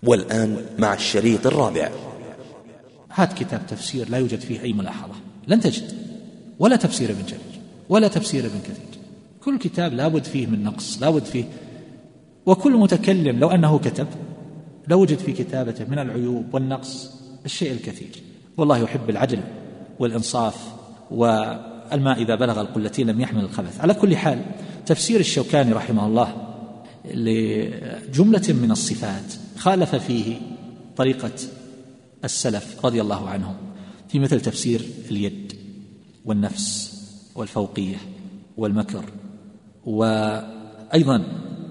والآن مع الشريط الرابع. هات كتاب تفسير لا يوجد فيه أي ملاحظة، لن تجد ولا تفسير ابن جرير ولا تفسير ابن كثير. كل كتاب لابد فيه من نقص، لابد فيه، وكل متكلم لو أنه كتب لوجد في كتابته من العيوب والنقص الشيء الكثير. والله يحب العدل والإنصاف، والماء إذا بلغ القلتين لم يحمل الخبث. على كل حال، تفسير الشوكاني رحمه الله لجملة من الصفات خالف فيه طريقة السلف رضي الله عنهم، في مثل تفسير اليد والنفس والفوقية والمكر، وأيضا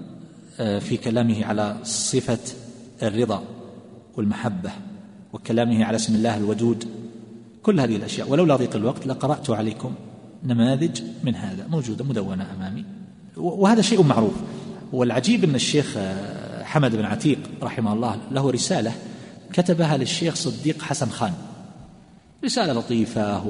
في كلامه على صفة الرضا والمحبة، وكلامه على اسم الله الودود. كل هذه الأشياء ولولا ضيق الوقت لقرأت عليكم نماذج من هذا موجودة مدونة أمامي، وهذا شيء معروف. والعجيب أن الشيخ حمد بن عتيق رحمه الله له رسالة كتبها للشيخ صديق حسن خان، رسالة لطيفة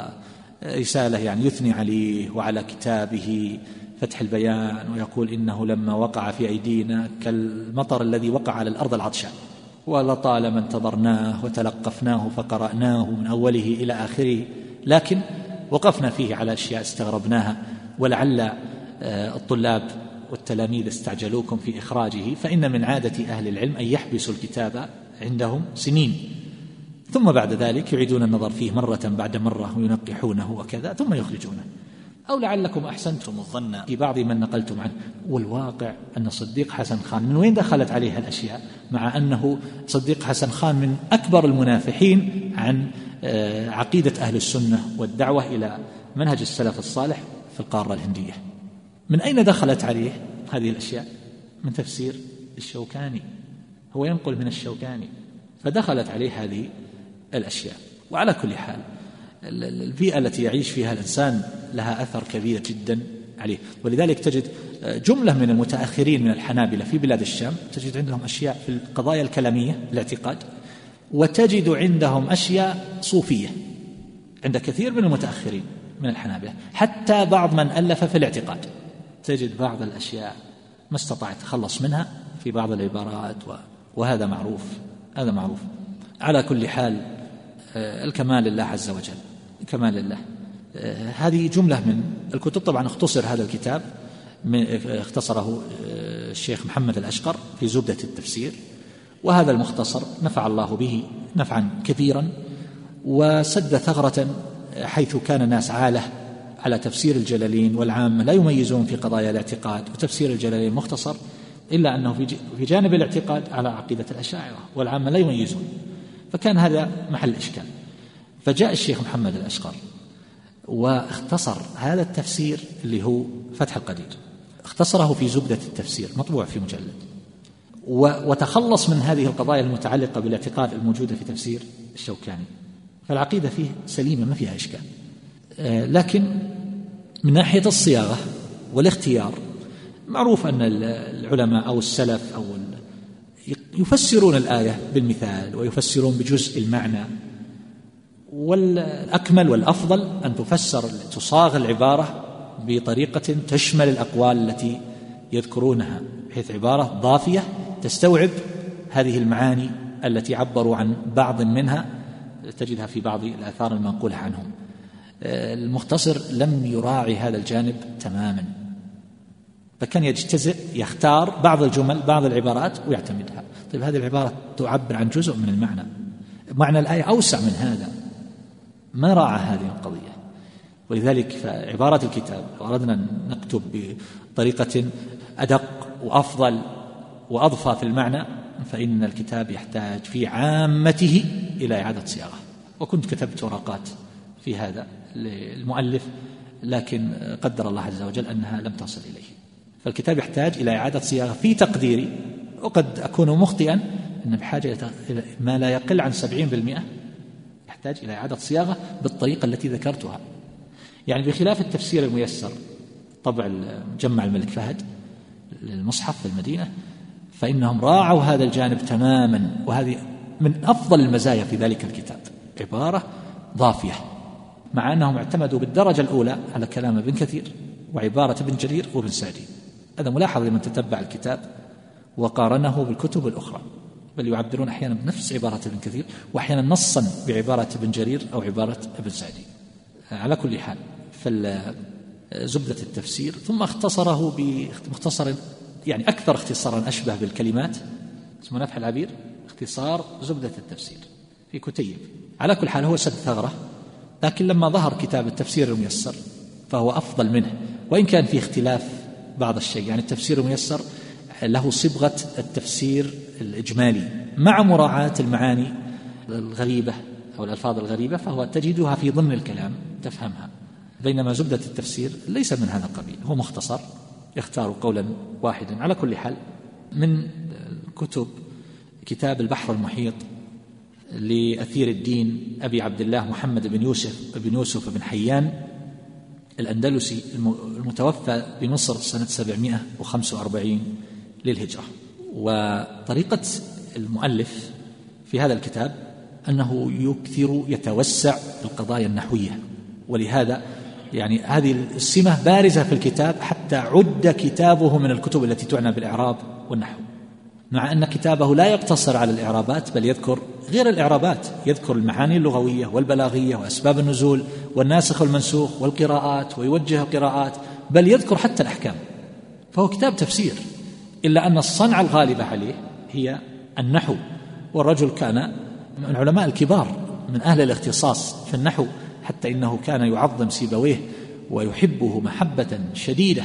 ورسالة يعني يثني عليه وعلى كتابه فتح البيان، ويقول إنه لما وقع في أيدينا كالمطر الذي وقع على الأرض العطشاء، ولطالما انتظرناه وتلقفناه فقرأناه من أوله إلى آخره، لكن وقفنا فيه على أشياء استغربناها، ولعل الطلاب والتلاميذ استعجلوكم في إخراجه، فإن من عادة أهل العلم أن يحبسوا الكتاب عندهم سنين، ثم بعد ذلك يعيدون النظر فيه مرة بعد مرة وينقحونه وكذا ثم يخرجونه. أو لعلكم أحسنتم الظن في بعض من نقلتم عنه. والواقع أن صديق حسن خان من وين دخلت عليه الأشياء، مع أنه صديق حسن خان من أكبر المنافحين عن عقيدة أهل السنة والدعوة إلى منهج السلف الصالح في القارة الهندية. من أين دخلت عليه هذه الأشياء؟ من تفسير الشوكاني، هو ينقل من الشوكاني، فدخلت عليه هذه الأشياء. وعلى كل حال، البيئة التي يعيش فيها الإنسان لها أثر كبير جدا عليه، ولذلك تجد جملة من المتأخرين من الحنابلة في بلاد الشام تجد عندهم أشياء في القضايا الكلامية الاعتقاد، وتجد عندهم أشياء صوفية عند كثير من المتأخرين من الحنابلة، حتى بعض من ألف في الاعتقاد تجد بعض الأشياء ما استطاع تخلص منها في بعض العبارات، وهذا معروف، هذا معروف. على كل حال، الكمال لله عز وجل، الكمال لله. هذه جملة من الكتب. طبعا اختصر هذا الكتاب، اختصره الشيخ محمد الأشقر في زبدة التفسير، وهذا المختصر نفع الله به نفعا كبيرا، وسد ثغرة حيث كان الناس عالة على تفسير الجلالين، والعامة لا يميزون في قضايا الاعتقاد، وتفسير الجلالين مختصر، إلا أنه في جانب الاعتقاد على عقيدة الأشاعرة، والعامة لا يميزون، فكان هذا محل إشكال. فجاء الشيخ محمد الأشقر واختصر هذا التفسير اللي هو فتح القدير، اختصره في زبدة التفسير مطبوع في مجلد، وتخلص من هذه القضايا المتعلقة بالاعتقاد الموجودة في تفسير الشوكاني. فالعقيدة فيه سليمة ما فيها إشكال، لكن من ناحية الصياغة والاختيار معروف أن العلماء أو السلف أو يفسرون الآية بالمثال ويفسرون بجزء المعنى، والأكمل والأفضل أن تصاغ العبارة بطريقة تشمل الأقوال التي يذكرونها، بحيث عبارة ضافية تستوعب هذه المعاني التي عبروا عن بعض منها، تجدها في بعض الآثار المنقولة عنهم. المختصر لم يراعي هذا الجانب تماما، فكان يجتزئ يختار بعض الجمل بعض العبارات ويعتمدها. طيب هذه العبارة تعبر عن جزء من المعنى، معنى الآية أوسع من هذا، ما راعى هذه القضية. ولذلك فعبارة الكتاب لو أردنا أن نكتب بطريقة أدق وأفضل وأضفى في المعنى، فإن الكتاب يحتاج في عامته إلى إعادة صياغة. وكنت كتبت ورقات في هذا للمؤلف، لكن قدر الله عز وجل أنها لم تصل إليه، فالكتاب يحتاج إلى إعادة صياغة في تقديري، وقد أكون مخطئا، أن بحاجة إلى ما لا يقل عن 70% يحتاج إلى إعادة صياغة بالطريقة التي ذكرتها. يعني بخلاف التفسير الميسر طبع مجمع الملك فهد للمصحف في المدينة، فإنهم راعوا هذا الجانب تماما، وهذه من أفضل المزايا في ذلك الكتاب، عبارة ضافية، مع أنهم اعتمدوا بالدرجة الأولى على كلام ابن كثير وعبارة ابن جرير وابن سعدي. هذا ملاحظ لمن تتبع الكتاب وقارنه بالكتب الأخرى. بل يعبرون أحيانا بنفس عبارة ابن كثير، وأحيانا نصا بعبارة ابن جرير أو عبارة ابن سعدي. على كل حال فزبدة التفسير، ثم اختصره بمختصر يعني أكثر اختصارا أشبه بالكلمات، اسمه نفح العبير، اختصار زبدة التفسير في كتيب. على كل حال هو سد ثغرة، لكن لما ظهر كتاب التفسير الميسر فهو أفضل منه، وإن كان في اختلاف بعض الشيء. يعني التفسير الميسر له صبغة التفسير الإجمالي مع مراعاة المعاني الغريبة أو الألفاظ الغريبة، فهو تجدها في ضمن الكلام تفهمها، بينما زبدة التفسير ليس من هذا القبيل، هو مختصر يختار قولا واحدا. على كل حال من الكتب كتاب البحر المحيط لأثير الدين أبي عبد الله محمد بن يوسف بن حيان الأندلسي المتوفى بمصر سنة 745 للهجرة. وطريقة المؤلف في هذا الكتاب أنه يتوسع في القضايا النحوية، ولهذا يعني هذه السمة بارزة في الكتاب، حتى عد كتابه من الكتب التي تعنى بالإعراب والنحو، مع أن كتابه لا يقتصر على الإعرابات، بل يذكر غير الإعرابات، يذكر المعاني اللغوية والبلاغية وأسباب النزول والناسخ والمنسوخ والقراءات، ويوجه القراءات، بل يذكر حتى الأحكام. فهو كتاب تفسير، إلا أن الصنعة الغالبة عليه هي النحو، والرجل كان من العلماء الكبار من أهل الاختصاص في النحو، حتى إنه كان يعظم سيبويه ويحبه محبة شديدة.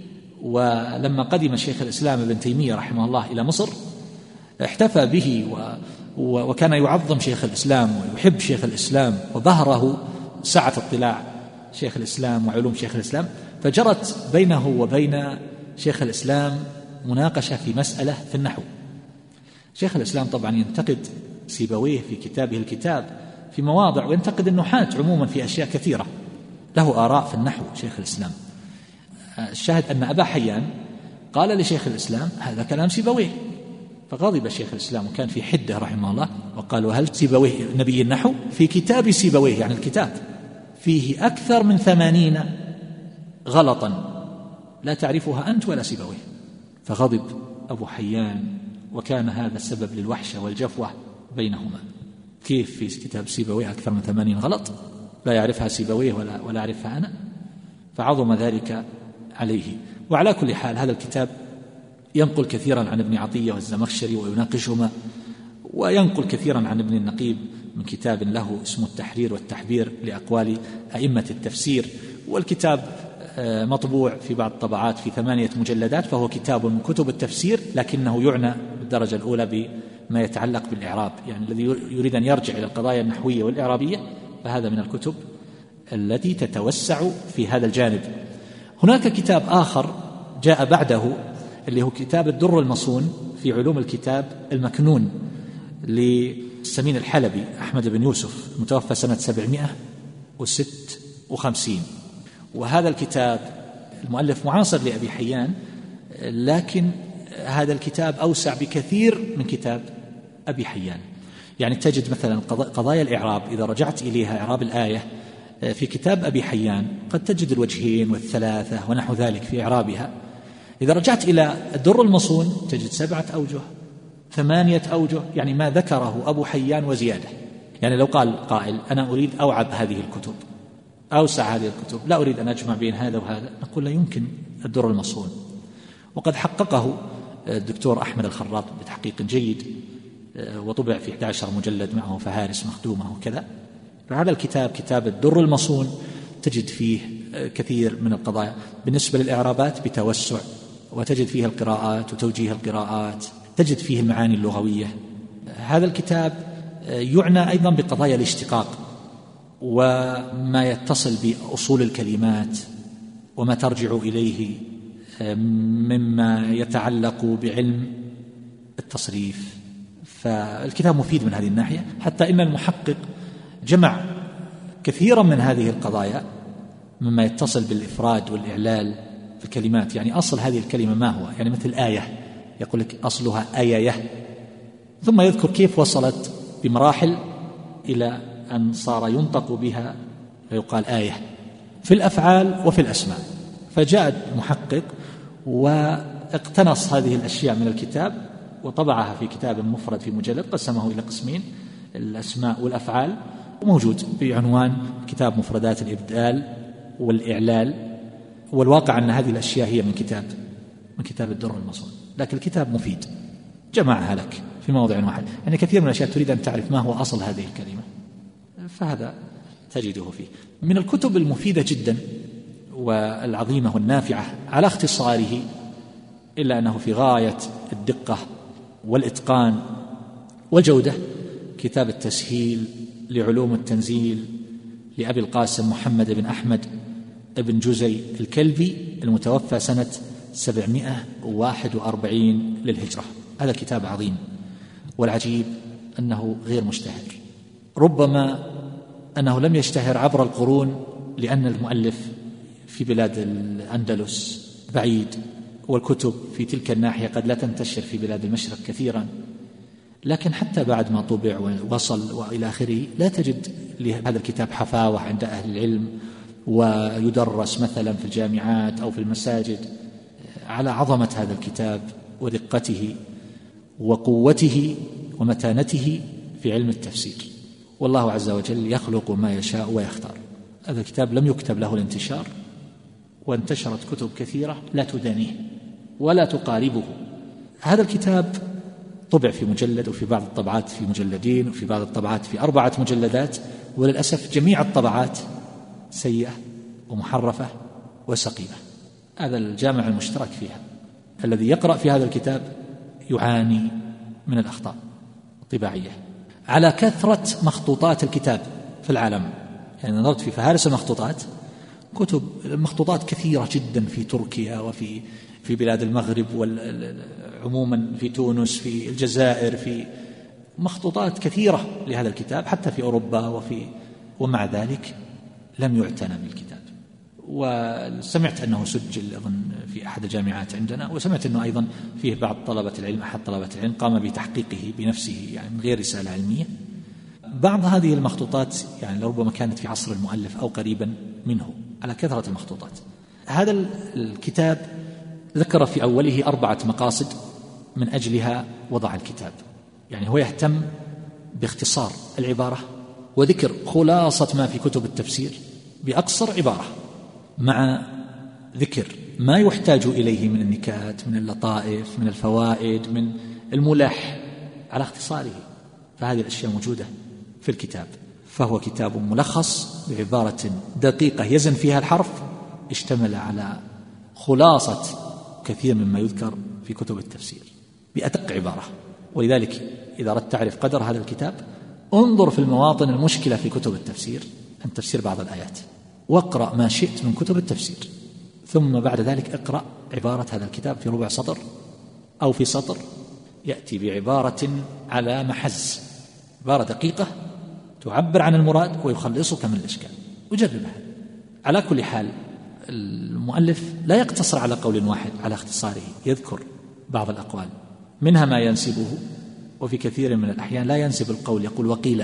ولما قدم شيخ الإسلام ابن تيمية رحمه الله إلى مصر احتفى به وكان يعظم شيخ الإسلام ويحب شيخ الإسلام، وظهره سعة اطلاع شيخ الإسلام وعلوم شيخ الإسلام، فجرت بينه وبين شيخ الإسلام مناقشة في مسألة في النحو. شيخ الإسلام طبعا ينتقد سيبويه في كتابه الكتاب في مواضع، وينتقد النحاة عموما في أشياء كثيرة، له آراء في النحو شيخ الإسلام. الشاهد أن أبا حيان قال لشيخ الإسلام هذا كلام سيبويه، فغضب شيخ الإسلام وكان في حدة رحمه الله، وقال وهل سيبويه نبي النحو؟ في كتاب سيبويه يعني الكتاب فيه أكثر من 80 غلطا لا تعرفها أنت ولا سيبويه. فغضب أبو حيان، وكان هذا السبب للوحشة والجفوة بينهما. كيف في كتاب سيبويه أكثر من 80 غلط لا يعرفها سيبويه ولا أعرفها أنا؟ فعظم ذلك عليه. وعلى كل حال هذا الكتاب ينقل كثيرا عن ابن عطية والزمخشري ويناقشهما، وينقل كثيرا عن ابن النقيب من كتاب له اسمه التحرير والتحبير لأقوال أئمة التفسير. والكتاب مطبوع في بعض الطبعات في 8 مجلدات، فهو كتاب من كتب التفسير، لكنه يعنى بالدرجة الأولى بما يتعلق بالإعراب، يعني الذي يريد أن يرجع إلى القضايا النحوية والإعرابية فهذا من الكتب التي تتوسع في هذا الجانب. هناك كتاب آخر جاء بعده اللي هو كتاب الدر المصون في علوم الكتاب المكنون للسمين الحلبي أحمد بن يوسف المتوفى سنة 756. وهذا الكتاب المؤلف معاصر لأبي حيان، لكن هذا الكتاب أوسع بكثير من كتاب أبي حيان. يعني تجد مثلا قضايا الإعراب إذا رجعت إليها، إعراب الآية في كتاب أبي حيان قد تجد الوجهين والثلاثة ونحو ذلك في إعرابها. إذا رجعت إلى الدر المصون تجد 7 أوجه 8 أوجه، يعني ما ذكره أبو حيان وزيادة. يعني لو قال قائل أنا أريد أوعب هذه الكتب، أوسع هذه الكتب، لا أريد أن أجمع بين هذا وهذا، نقول لا يمكن الدر المصون. وقد حققه الدكتور أحمد الخراط بتحقيق جيد، وطبع في 11 مجلد معه فهارس مخدومة وكذا. فهذا الكتاب كتاب الدر المصون تجد فيه كثير من القضايا بالنسبة للإعرابات بتوسع، وتجد فيه القراءات وتوجيه القراءات، تجد فيه المعاني اللغوية. هذا الكتاب يعنى أيضا بقضايا الاشتقاق وما يتصل بأصول الكلمات وما ترجع إليه مما يتعلق بعلم التصريف. فالكتاب مفيد من هذه الناحية، حتى إن المحقق جمع كثيرا من هذه القضايا مما يتصل بالإفراد والإعلال في الكلمات. يعني أصل هذه الكلمة ما هو، يعني مثل آية يقول لك أصلها آية، ثم يذكر كيف وصلت بمراحل إلى أن صار ينطق بها فيقال آية في الأفعال وفي الأسماء. فجاء المحقق واقتنص هذه الأشياء من الكتاب وطبعها في كتاب مفرد في مجلد قسمه إلى قسمين، الأسماء والأفعال، وموجود بعنوان كتاب مفردات الإبدال والإعلال. والواقع أن هذه الأشياء هي من كتاب الدر المصون، لكن الكتاب مفيد جمعها لك في موضع واحد. يعني كثير من الأشياء تريد أن تعرف ما هو أصل هذه الكلمة، فهذا تجده فيه. من الكتب المفيدة جدا والعظيمة والنافعة على اختصاره، إلا أنه في غاية الدقة والإتقان والجودة، كتاب التسهيل لعلوم التنزيل لأبي القاسم محمد بن أحمد بن جزي الكلبي، المتوفى سنة 741 للهجرة. هذا كتاب عظيم، والعجيب أنه غير مشتهر، ربما أنه لم يشتهر عبر القرون لأن المؤلف في بلاد الأندلس بعيد، والكتب في تلك الناحية قد لا تنتشر في بلاد المشرق كثيرا، لكن حتى بعد ما طبع ووصل وإلى آخره لا تجد لهذا الكتاب حفاوة عند أهل العلم، ويدرس مثلا في الجامعات أو في المساجد على عظمة هذا الكتاب ودقته وقوته ومتانته في علم التفسير. والله عز وجل يخلق ما يشاء ويختار. هذا الكتاب لم يكتب له الانتشار، وانتشرت كتب كثيرة لا تدانيه ولا تقاربه. هذا الكتاب طبع في مجلد، وفي بعض الطبعات في مجلدين، وفي بعض الطبعات في 4 مجلدات، وللأسف جميع الطبعات سيئة ومحرفة وسقيمة. هذا الجامع المشترك فيها. الذي يقرأ في هذا الكتاب يعاني من الأخطاء الطباعية على كثرة مخطوطات الكتاب في العالم. يعني نظرت في فهارس المخطوطات، كتب المخطوطات كثيرة جدا في تركيا وفي بلاد المغرب، وعموما في تونس، في الجزائر، في مخطوطات كثيرة لهذا الكتاب حتى في أوروبا ومع ذلك لم يعتنى بالكتاب. وسمعت أنه سجل أظن في أحد الجامعات عندنا، وسمعت أنه أيضا فيه بعض طلبة العلم، أحد طلبة العلم قام بتحقيقه بنفسه يعني من غير رسالة علمية. بعض هذه المخطوطات يعني لربما كانت في عصر المؤلف أو قريبا منه على كثرة المخطوطات. هذا الكتاب ذكر في أوله 4 مقاصد من أجلها وضع الكتاب. يعني هو يهتم باختصار العبارة وذكر خلاصة ما في كتب التفسير بأقصر عبارة، مع ذكر ما يحتاج إليه من النكات، من اللطائف، من الفوائد، من الملح على اختصاره. فهذه الأشياء موجودة في الكتاب. فهو كتاب ملخص بعبارة دقيقة يزن فيها الحرف، اشتمل على خلاصة كثير مما يذكر في كتب التفسير بأدق عبارة. ولذلك إذا أردت تعرف قدر هذا الكتاب انظر في المواطن المشكلة في كتب التفسير عن تفسير بعض الآيات، واقرأ ما شئت من كتب التفسير، ثم بعد ذلك اقرأ عبارة هذا الكتاب في ربع سطر أو في سطر، يأتي بعبارة على محز، عبارة دقيقة تعبر عن المراد ويخلصك من الإشكال. وجربها. على كل حال المؤلف لا يقتصر على قول واحد على اختصاره، يذكر بعض الأقوال منها ما ينسبه، وفي كثير من الأحيان لا ينسب القول، يقول وقيل.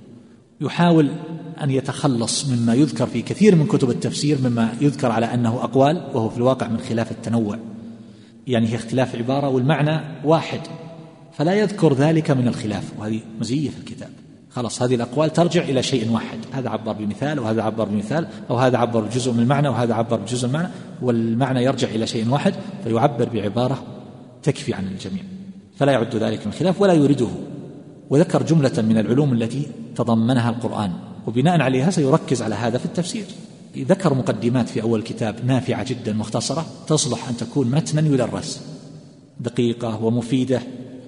يحاول أن يتخلص مما يذكر في كثير من كتب التفسير مما يذكر على أنه أقوال، وهو في الواقع من خلاف التنوع، يعني هي اختلاف عبارة والمعنى واحد، فلا يذكر ذلك من الخلاف. وهذه مزية في الكتاب. خلاص هذه الأقوال ترجع إلى شيء واحد، هذا عبر بمثال وهذا عبر بمثال، أو هذا عبر بجزء من المعنى وهذا عبر بجزء من المعنى، والمعنى يرجع إلى شيء واحد، فيعبر بعبارة تكفي عن الجميع، فلا يعد ذلك من خلاف ولا يريده. وذكر جملة من العلوم التي تضمنها القرآن، وبناء عليها سيركز على هذا في التفسير. ذكر مقدمات في أول كتاب نافعة جدا مختصرة، تصلح أن تكون متنا يدرس، دقيقة ومفيدة.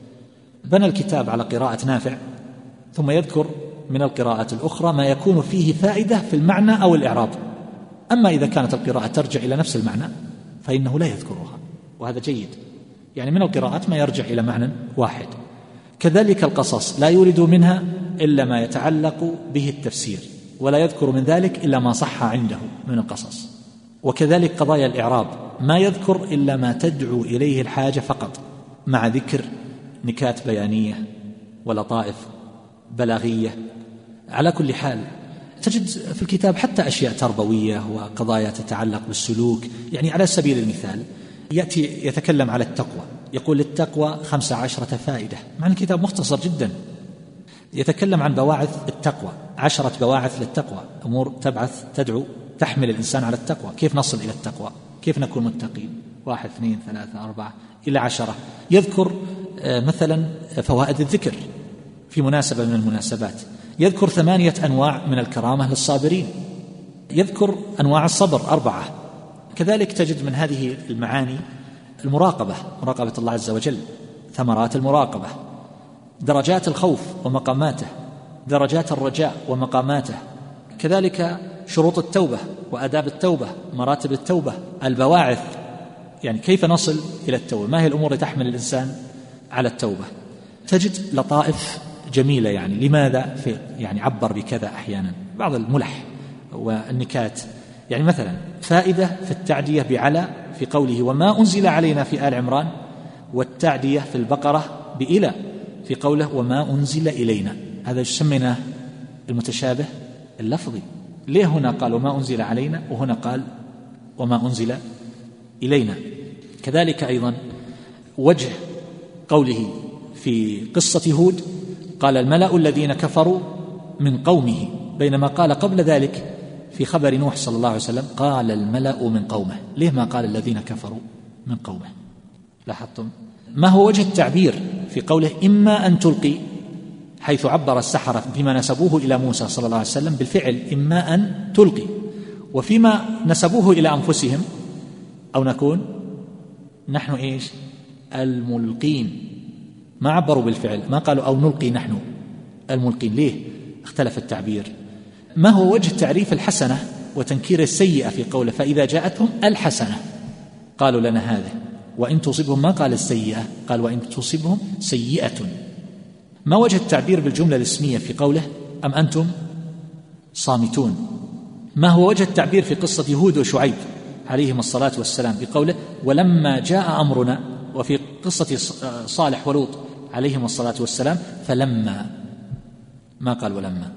بنى الكتاب على قراءة نافع، ثم يذكر من القراءات الأخرى ما يكون فيه فائدة في المعنى أو الإعراب. أما إذا كانت القراءة ترجع إلى نفس المعنى فإنه لا يذكرها، وهذا جيد. يعني من القراءات ما يرجع إلى معنى واحد. كذلك القصص لا يورد منها إلا ما يتعلق به التفسير، ولا يذكر من ذلك إلا ما صح عنده من القصص. وكذلك قضايا الإعراب ما يذكر إلا ما تدعو إليه الحاجة فقط، مع ذكر نكات بيانية ولطائف بلاغية. على كل حال تجد في الكتاب حتى أشياء تربوية وقضايا تتعلق بالسلوك. يعني على سبيل المثال يأتي يتكلم على التقوى، يقول للتقوى 15 فائدة، مع الكتاب مختصر جدا، يتكلم عن بواعث التقوى، 10 بواعث للتقوى، أمور تبعث تدعو تحمل الإنسان على التقوى. كيف نصل إلى التقوى؟ كيف نكون متقين؟ 1 2 3 4 إلى 10. يذكر مثلا فوائد الذكر في مناسبة من المناسبات، يذكر 8 أنواع من الكرامة للصابرين، يذكر أنواع الصبر 4. كذلك تجد من هذه المعاني المراقبة، مراقبة الله عز وجل، ثمرات المراقبة، درجات الخوف ومقاماته، درجات الرجاء ومقاماته، كذلك شروط التوبة وآداب التوبة، مراتب التوبة، البواعث، يعني كيف نصل إلى التوبة، ما هي الأمور التي تحمل الإنسان على التوبة. تجد لطائف جميلة، يعني لماذا يعني عبر بكذا أحيانا، بعض الملح والنكات. يعني مثلا فائدة في التعدية بعلى في قوله وما أنزل علينا في آل عمران، والتعدية في البقرة بإلى في قوله وما أنزل إلينا. هذا يسميناه المتشابه اللفظي. ليه هنا قال وما أنزل علينا وهنا قال وما أنزل إلينا؟ كذلك أيضا وجه قوله في قصة هود قال الملأ الذين كفروا من قومه، بينما قال قبل ذلك في خبر نوح صلى الله عليه وسلم قال الملأ من قومه. ليه ما قال الذين كفروا من قومه؟ لاحظتم؟ ما هو وجه التعبير في قوله إما أن تلقي، حيث عبر السحرة فيما نسبوه إلى موسى صلى الله عليه وسلم بالفعل إما أن تلقي، وفيما نسبوه إلى أنفسهم أو نكون نحن إيش الملقين، ما عبروا بالفعل، ما قالوا أو نلقي نحن الملقين. ليه اختلف التعبير؟ ما هو وجه تعريف الحسنة وتنكير السيئة في قوله فإذا جاءتهم الحسنة قالوا لنا هذا، وإن تصبهم ما قال السيئة، قال وإن تصبهم سيئة. ما وجه التعبير بالجملة الاسمية في قوله أم أنتم صامتون؟ ما هو وجه التعبير في قصة هود وشعيب عليهم الصلاة والسلام بقوله ولما جاء أمرنا، وفي قصة صالح ولوط عليهم الصلاة والسلام فلما، ما قال ولما.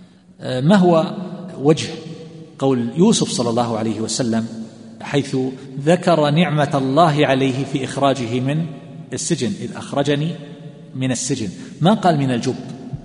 ما هو وجه قول يوسف صلى الله عليه وسلم حيث ذكر نعمة الله عليه في إخراجه من السجن، إذ أخرجني من السجن، ما قال من الجب؟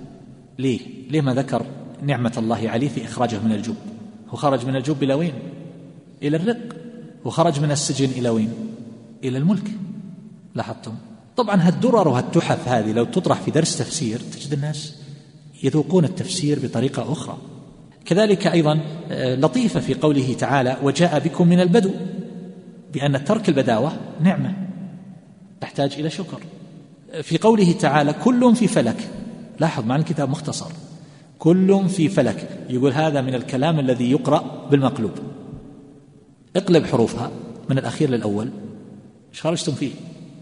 ليه ما ذكر نعمة الله عليه في إخراجه من الجب؟ هو خرج من الجب إلى وين؟ إلى الرق. وخرج من السجن إلى وين؟ إلى الملك. لاحظتم؟ طبعا هالدرر وهالتحف هذه لو تطرح في درس تفسير تجد الناس يذوقون التفسير بطريقة أخرى. كذلك أيضا لطيفة في قوله تعالى وجاء بكم من البدو، بأن ترك البداوة نعمة تحتاج إلى شكر. في قوله تعالى كل في فلك، لاحظ معنى الكتاب مختصر، كل في فلك، يقول هذا من الكلام الذي يقرأ بالمقلوب، اقلب حروفها من الأخير للأول، ايش خرجتم فيه؟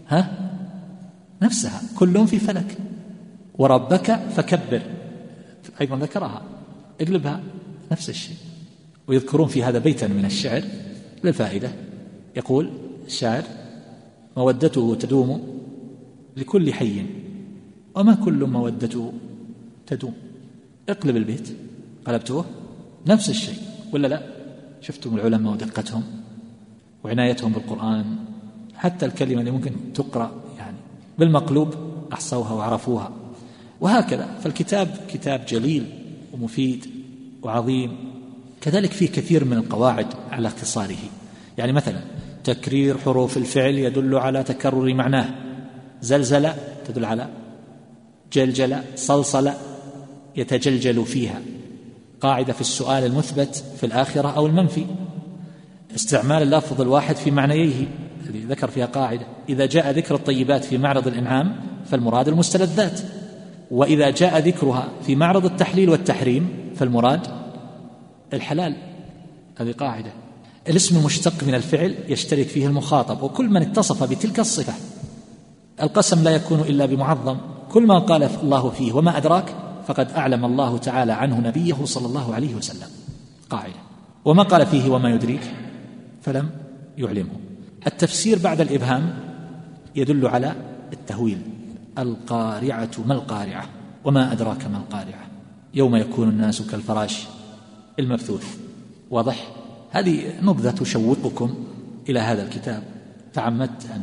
نفسها كل في فلك. وربك فكبر أيضا ذكرها، اقلبها نفس الشيء. ويذكرون في هذا بيتا من الشعر للفائدة، يقول الشاعر مودته تدوم لكل حي وما كل مودته تدوم. اقلب البيت، قلبته نفس الشيء ولا لا؟ شفتم العلماء ودقتهم وعنايتهم بالقرآن، حتى الكلمة اللي ممكن تقرأ يعني بالمقلوب أحصوها وعرفوها. وهكذا فالكتاب كتاب جليل ومفيد وعظيم. كذلك فيه كثير من القواعد على اختصاره، يعني مثلا تكرير حروف الفعل يدل على تكرر معناه، زلزل تدل على جلجل، صلصل يتجلجل فيها، قاعدة في السؤال المثبت في الآخرة أو المنفي، استعمال اللفظ الواحد في معنييه اللي ذكر فيها قاعدة، إذا جاء ذكر الطيبات في معرض الإنعام فالمراد المستلذات، وإذا جاء ذكرها في معرض التحليل والتحريم فالمراد الحلال. هذه قاعدة. الاسم المشتق من الفعل يشترك فيه المخاطب، وكل من اتصف بتلك الصفة. القسم لا يكون إلا بمعظم، كل ما قال الله فيه وما أدراك فقد أعلم الله تعالى عنه نبيه صلى الله عليه وسلم، قاعدة. وما قال فيه وما يدريك فلم يعلمه. التفسير بعد الإبهام يدل على التهويل. القارعة ما القارعة وما أدراك ما القارعة يوم يكون الناس كالفراش المبثوث. واضح؟ هذه نبذة تشوقكم إلى هذا الكتاب، تعمدت أن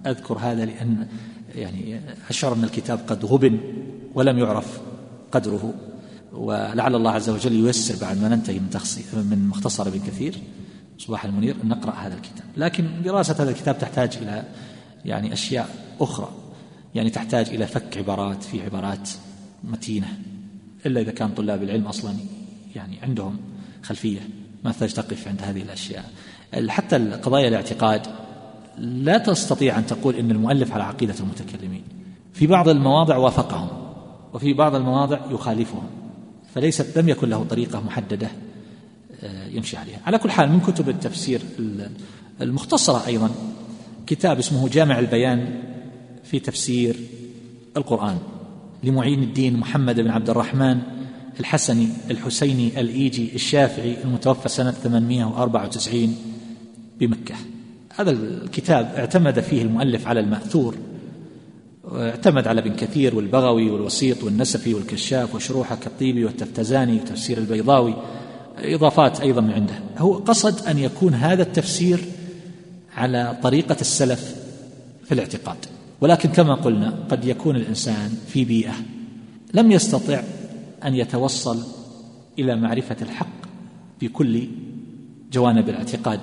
أذكر هذا لأن يعني أشعر أن الكتاب قد غبن ولم يعرف قدره، ولعل الله عز وجل ييسر بعد ما ننتهي من مختصر ابن كثير صباح المنير أن نقرأ هذا الكتاب. لكن دراسة هذا الكتاب تحتاج إلى يعني أشياء أخرى، يعني تحتاج إلى فك عبارات في عبارات متينة، إلا إذا كان طلاب العلم أصلا يعني عندهم خلفية ما تحتاج تقف عند هذه الأشياء. حتى القضايا الاعتقاد لا تستطيع أن تقول إن المؤلف على عقيدة المتكلمين، في بعض المواضع وافقهم وفي بعض المواضع يخالفهم، فليست لم يكن له طريقة محددة يمشي عليها. على كل حال من كتب التفسير المختصرة أيضا كتاب اسمه جامع البيان في تفسير القرآن لمعين الدين محمد بن عبد الرحمن الحسني الحسيني الإيجي الشافعي المتوفى سنة 894 بمكة. هذا الكتاب اعتمد فيه المؤلف على المأثور، واعتمد على ابن كثير والبغوي والوسيط والنسفي والكشاف وشروحه كالطيبي والتفتزاني وتفسير البيضاوي، إضافات أيضا من عنده. هو قصد أن يكون هذا التفسير على طريقة السلف في الاعتقاد، ولكن كما قلنا قد يكون الإنسان في بيئة لم يستطع أن يتوصل إلى معرفة الحق في كل جوانب الاعتقاد،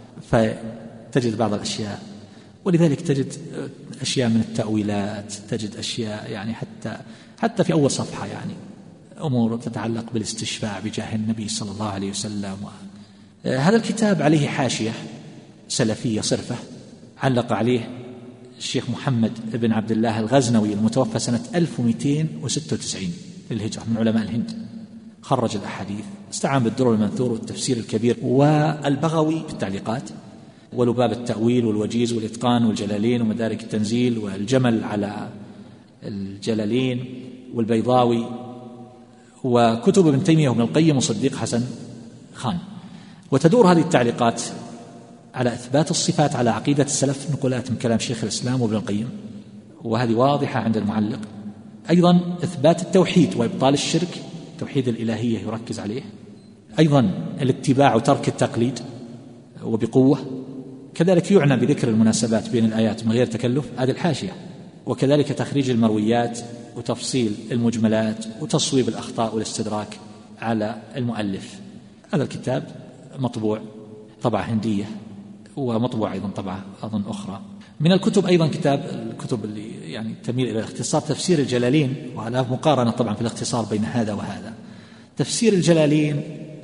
فتجد بعض الأشياء، ولذلك تجد أشياء من التأويلات، تجد أشياء يعني حتى في أول صفحة يعني أمور تتعلق بالاستشفاع بجاه النبي صلى الله عليه وسلم. هذا الكتاب عليه حاشية سلفية صرفة علق عليه الشيخ محمد بن عبد الله الغزنوي المتوفى سنة 1296 للهجرة من علماء الهند، خرج الأحاديث، استعان بالدرر المنثور والتفسير الكبير والبغوي في التعليقات، ولباب التأويل والوجيز والإتقان والجلالين ومدارك التنزيل والجمل على الجلالين والبيضاوي، وكتب ابن تيمية وابن القيم وصديق حسن خان. وتدور هذه التعليقات على إثبات الصفات على عقيدة السلف، نقولات من كلام شيخ الإسلام وابن القيم، وهذه واضحة عند المعلق. أيضا إثبات التوحيد وإبطال الشرك، توحيد الإلهية يركز عليه، أيضا الاتباع وترك التقليد وبقوة، كذلك يعنى بذكر المناسبات بين الآيات من غير تكلف، هذه الحاشية، وكذلك تخريج المرويات وتفصيل المجملات وتصويب الأخطاء والاستدراك على المؤلف. هذا الكتاب مطبوع طبعة هندية، ومطبوع أيضا طبعة أظن أخرى. من الكتب أيضا الكتب اللي يعني تميل إلى الاختصار تفسير الجلالين، وعلى مقارنة طبعا في الاختصار بين هذا وهذا. تفسير الجلالين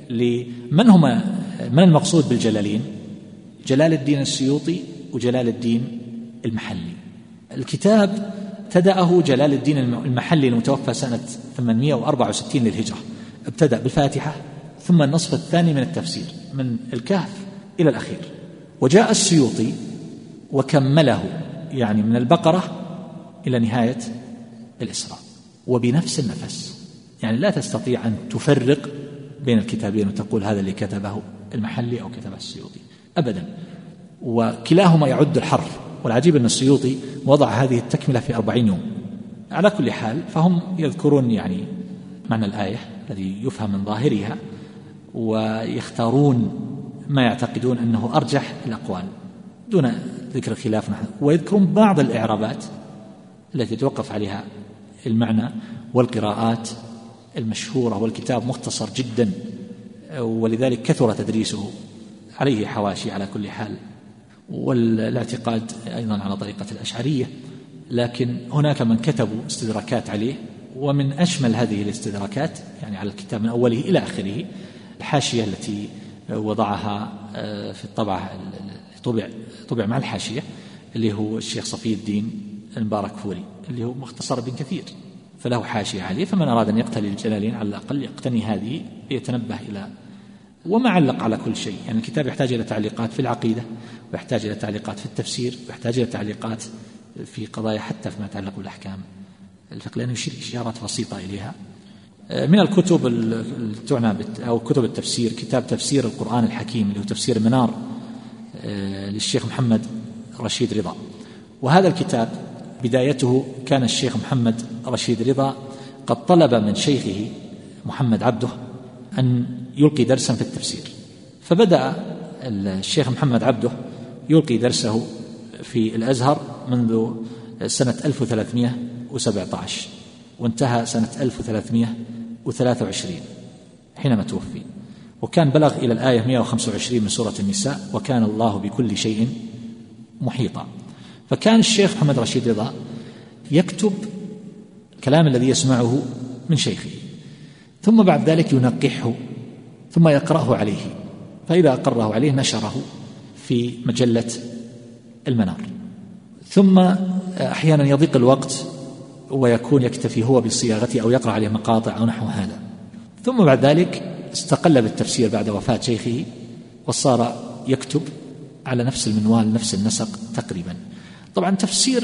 من المقصود بالجلالين؟ جلال الدين السيوطي وجلال الدين المحلي. الكتاب ابتدأه جلال الدين المحلي المتوفى سنة 864 للهجرة، ابتدأ بالفاتحة ثم النصف الثاني من التفسير من الكهف إلى الأخير، وجاء السيوطي وكمله يعني من البقرة إلى نهاية الإسراء وبنفس النفس، يعني لا تستطيع أن تفرق بين الكتابين وتقول هذا اللي كتبه المحلي أو كتبه السيوطي أبدا، وكلاهما يعد الحرف. والعجيب أن السيوطي وضع هذه التكملة في 40 يوم. على كل حال فهم يذكرون يعني معنى الآية الذي يفهم من ظاهرها، ويختارون ما يعتقدون أنه أرجح الأقوال دون ذكر الخلاف، ويذكرون بعض الإعرابات التي توقف عليها المعنى والقراءات المشهورة. والكتاب مختصر جدا ولذلك كثر تدريسه، عليه حواشي على كل حال. والاعتقاد أيضا على طريقة الأشعرية، لكن هناك من كتبوا استدراكات عليه، ومن أشمل هذه الاستدراكات يعني على الكتاب من أوله إلى آخره الحاشية التي وضعها في الطبعة طبع مع الحاشية، اللي هو الشيخ صفي الدين المبارك فوري، اللي هو مختصر ابن كثير، فله حاشية عليه. فمن أراد أن يقتني الجلالين على الأقل يقتني هذه ليتنبه إلى، وما علق على كل شيء. يعني الكتاب يحتاج إلى تعليقات في العقيدة، ويحتاج إلى تعليقات في التفسير، ويحتاج إلى تعليقات في قضايا حتى فيما يتعلق بالأحكام الفقهية، لأنه يشير إشارات بسيطة إليها. من الكتب تعنى أو كتب التفسير كتاب تفسير القرآن الحكيم اللي هو تفسير المنار للشيخ محمد رشيد رضا. وهذا الكتاب بدايته كان الشيخ محمد رشيد رضا قد طلب من شيخه محمد عبده أن يلقي درسا في التفسير، فبدأ الشيخ محمد عبده يلقي درسه في الأزهر منذ سنة 1317 وانتهى سنة 1323 حينما توفي، وكان بلغ إلى الآية 125 من سورة النساء: وكان الله بكل شيء محيطا. فكان الشيخ محمد رشيد رضا يكتب كلام الذي يسمعه من شيخه، ثم بعد ذلك ينقحه ثم يقرأه عليه، فإذا أقره عليه نشره في مجلة المنار. ثم أحيانا يضيق الوقت ويكون يكتفي هو بصياغته أو يقرأ عليه مقاطع أو نحو هذا. ثم بعد ذلك استقل بالتفسير بعد وفاة شيخه وصار يكتب على نفس المنوال نفس النسق تقريبا. طبعا تفسير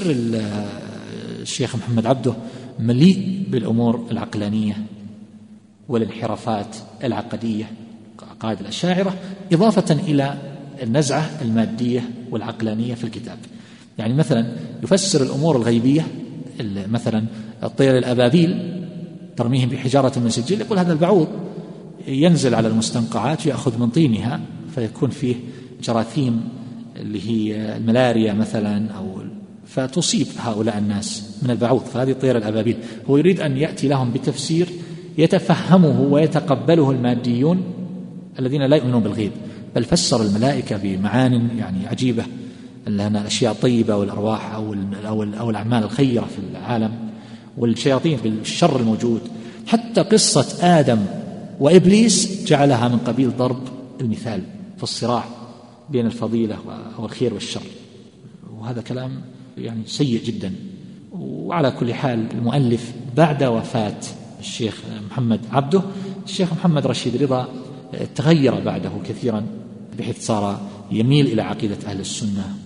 الشيخ محمد عبده مليء بالأمور العقلانية والانحرافات العقدية عقائد الأشاعرة، إضافة إلى النزعة المادية والعقلانية في الكتاب. يعني مثلا يفسر الأمور الغيبية، مثلا الطير الأبابيل ترميهم بحجارة من سجيل، يقول هذا البعوض ينزل على المستنقعات ويأخذ من طينها فيكون فيه جراثيم اللي هي الملاريا مثلا فتصيب هؤلاء الناس من البعوض، فهذه طير الأبابيل. هو يريد أن يأتي لهم بتفسير يتفهمه ويتقبله الماديون الذين لا يؤمنون بالغيب، بل فسر الملائكة بمعان يعني عجيبة، لأن الأشياء الطيبة والأرواح أو الأعمال الخيرة في العالم، والشياطين بالشر الموجود. حتى قصة آدم وإبليس جعلها من قبيل ضرب المثال في الصراع بين الفضيلة والخير والشر، وهذا كلام يعني سيء جدا. وعلى كل حال المؤلف بعد وفاة الشيخ محمد عبده، الشيخ محمد رشيد رضا تغير بعده كثيرا، بحيث صار يميل إلى عقيدة أهل السنة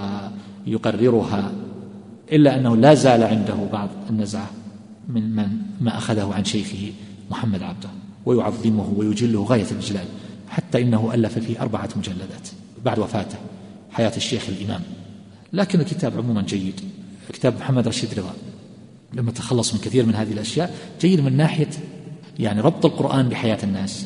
ويقررها، إلا أنه لا زال عنده بعض النزعة من ما أخذه عن شيخه محمد عبده، ويعظمه ويجله غاية الإجلال، حتى إنه ألف فيه 4 مجلدات بعد وفاته، حياة الشيخ الإمام. لكن الكتاب عموما جيد، كتاب محمد رشيد رضا لما تخلص من كثير من هذه الأشياء جيد من ناحية يعني ربط القرآن بحياة الناس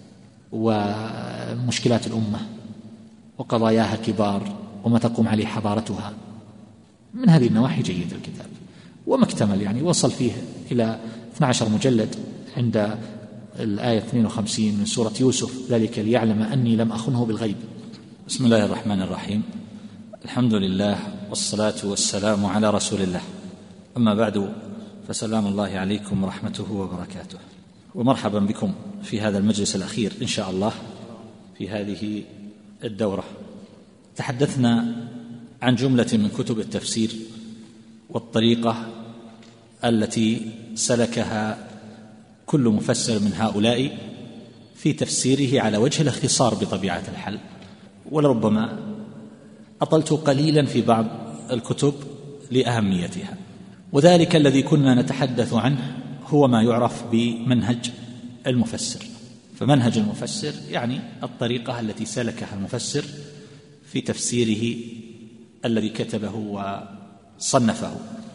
ومشكلات الأمة وقضاياها الكبار وما تقوم عليه حضارتها. من هذه النواحي جيد الكتاب، ومكتمل يعني وصل فيه إلى 12 مجلد عند الآية 52 من سورة يوسف: ذلك ليعلم أني لم أخنه بالغيب. بسم الله الرحمن الرحيم، الحمد لله والصلاة والسلام على رسول الله، أما بعد، فسلام الله عليكم ورحمته وبركاته، ومرحبا بكم في هذا المجلس الأخير إن شاء الله في هذه الدورة. تحدثنا عن جملة من كتب التفسير والطريقة التي سلكها كل مفسر من هؤلاء في تفسيره على وجه الاختصار بطبيعة الحال، ولربما أطلت قليلا في بعض الكتب لأهميتها. وذلك الذي كنا نتحدث عنه هو ما يعرف بمنهج المفسر. فمنهج المفسر يعني الطريقة التي سلكها المفسر في تفسيره الذي كتبه وصنفه.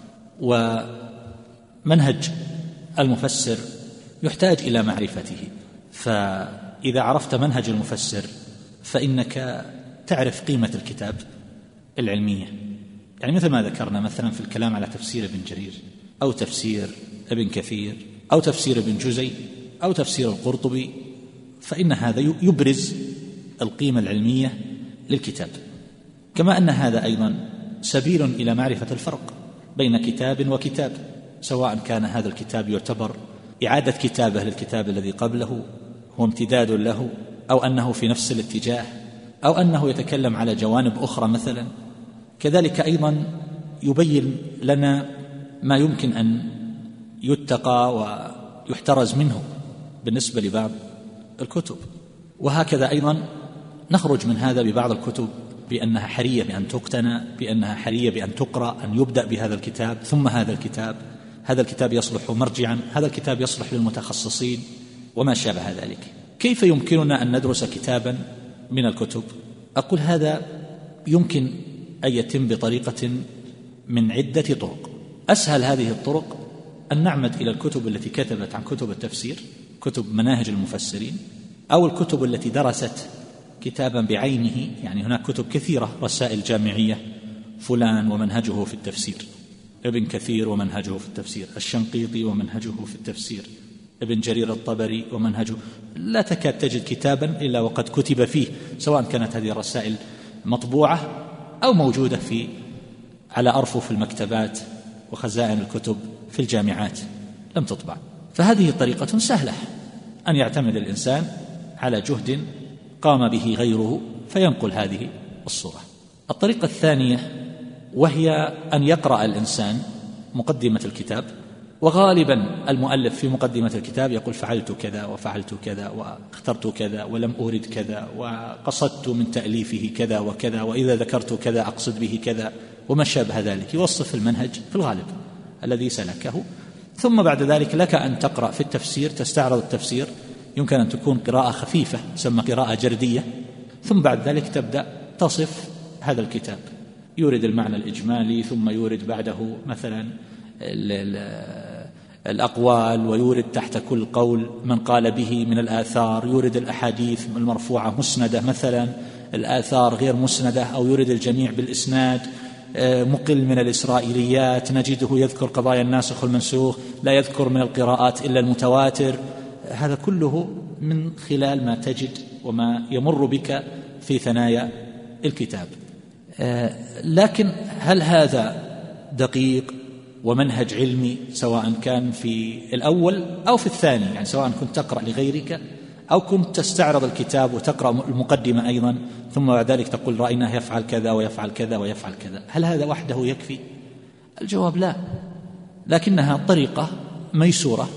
ومنهج المفسر يحتاج إلى معرفته، فإذا عرفت منهج المفسر فإنك تعرف قيمة الكتاب العلمية. يعني مثل ما ذكرنا مثلا في الكلام على تفسير ابن جرير أو تفسير ابن كثير أو تفسير ابن جزي أو تفسير القرطبي، فإن هذا يبرز القيمة العلمية للكتاب. كما أن هذا أيضا سبيل إلى معرفة الفرق بين كتاب وكتاب، سواء كان هذا الكتاب يعتبر إعادة كتابه للكتاب الذي قبله هو امتداد له، أو أنه في نفس الاتجاه، أو أنه يتكلم على جوانب أخرى مثلا. كذلك أيضا يبين لنا ما يمكن أن يتقى ويحترز منه بالنسبة لبعض الكتب. وهكذا أيضا نخرج من هذا ببعض الكتب بأنها حرية بأن تقتنى، بأنها حرية بأن تقرأ، أن يبدأ بهذا الكتاب ثم هذا الكتاب يصلح مرجعا، هذا الكتاب يصلح للمتخصصين وما شابه ذلك. كيف يمكننا أن ندرس كتابا من الكتب؟ أقول هذا يمكن أن يتم بطريقة من عدة طرق. أسهل هذه الطرق أن نعمد إلى الكتب التي كتبت عن كتب التفسير، كتب مناهج المفسرين، أو الكتب التي درست كتابا بعينه. يعني هناك كتب كثيرة، رسائل جامعية فلان ومنهجه في التفسير، ابن كثير ومنهجه في التفسير، الشنقيطي ومنهجه في التفسير، ابن جرير الطبري ومنهجه. لا تكاد تجد كتابا إلا وقد كتب فيه، سواء كانت هذه الرسائل مطبوعة أو موجودة على أرفف المكتبات وخزائن الكتب في الجامعات لم تطبع. فهذه طريقة سهلة أن يعتمد الإنسان على جهد قام به غيره فينقل هذه الصورة. الطريقة الثانية وهي أن يقرأ الإنسان مقدمة الكتاب، وغالبا المؤلف في مقدمة الكتاب يقول فعلت كذا وفعلت كذا واخترت كذا ولم أورد كذا وقصدت من تأليفه كذا وكذا، وإذا ذكرت كذا أقصد به كذا وما شابه ذلك. يوصف المنهج في الغالب الذي سلكه. ثم بعد ذلك لك أن تقرأ في التفسير، تستعرض التفسير، يمكن أن تكون قراءة خفيفة تسمى قراءة جردية، ثم بعد ذلك تبدأ تصف هذا الكتاب، يورد المعنى الإجمالي، ثم يورد بعده مثلا الأقوال، ويورد تحت كل قول من قال به من الآثار، يورد الأحاديث المرفوعة مسندة مثلا، الآثار غير مسندة، أو يورد الجميع بالإسناد، مقل من الإسرائيليات، نجده يذكر قضايا الناسخ والمنسوخ، لا يذكر من القراءات إلا المتواتر. هذا كله من خلال ما تجد وما يمر بك في ثنايا الكتاب. لكن هل هذا دقيق ومنهج علمي سواء كان في الأول أو في الثاني؟ يعني سواء كنت تقرأ لغيرك أو كنت تستعرض الكتاب وتقرأ المقدمة أيضا، ثم بعد ذلك تقول رأيناه يفعل كذا ويفعل كذا ويفعل كذا، هل هذا وحده يكفي؟ الجواب لا، لكنها طريقة ميسورة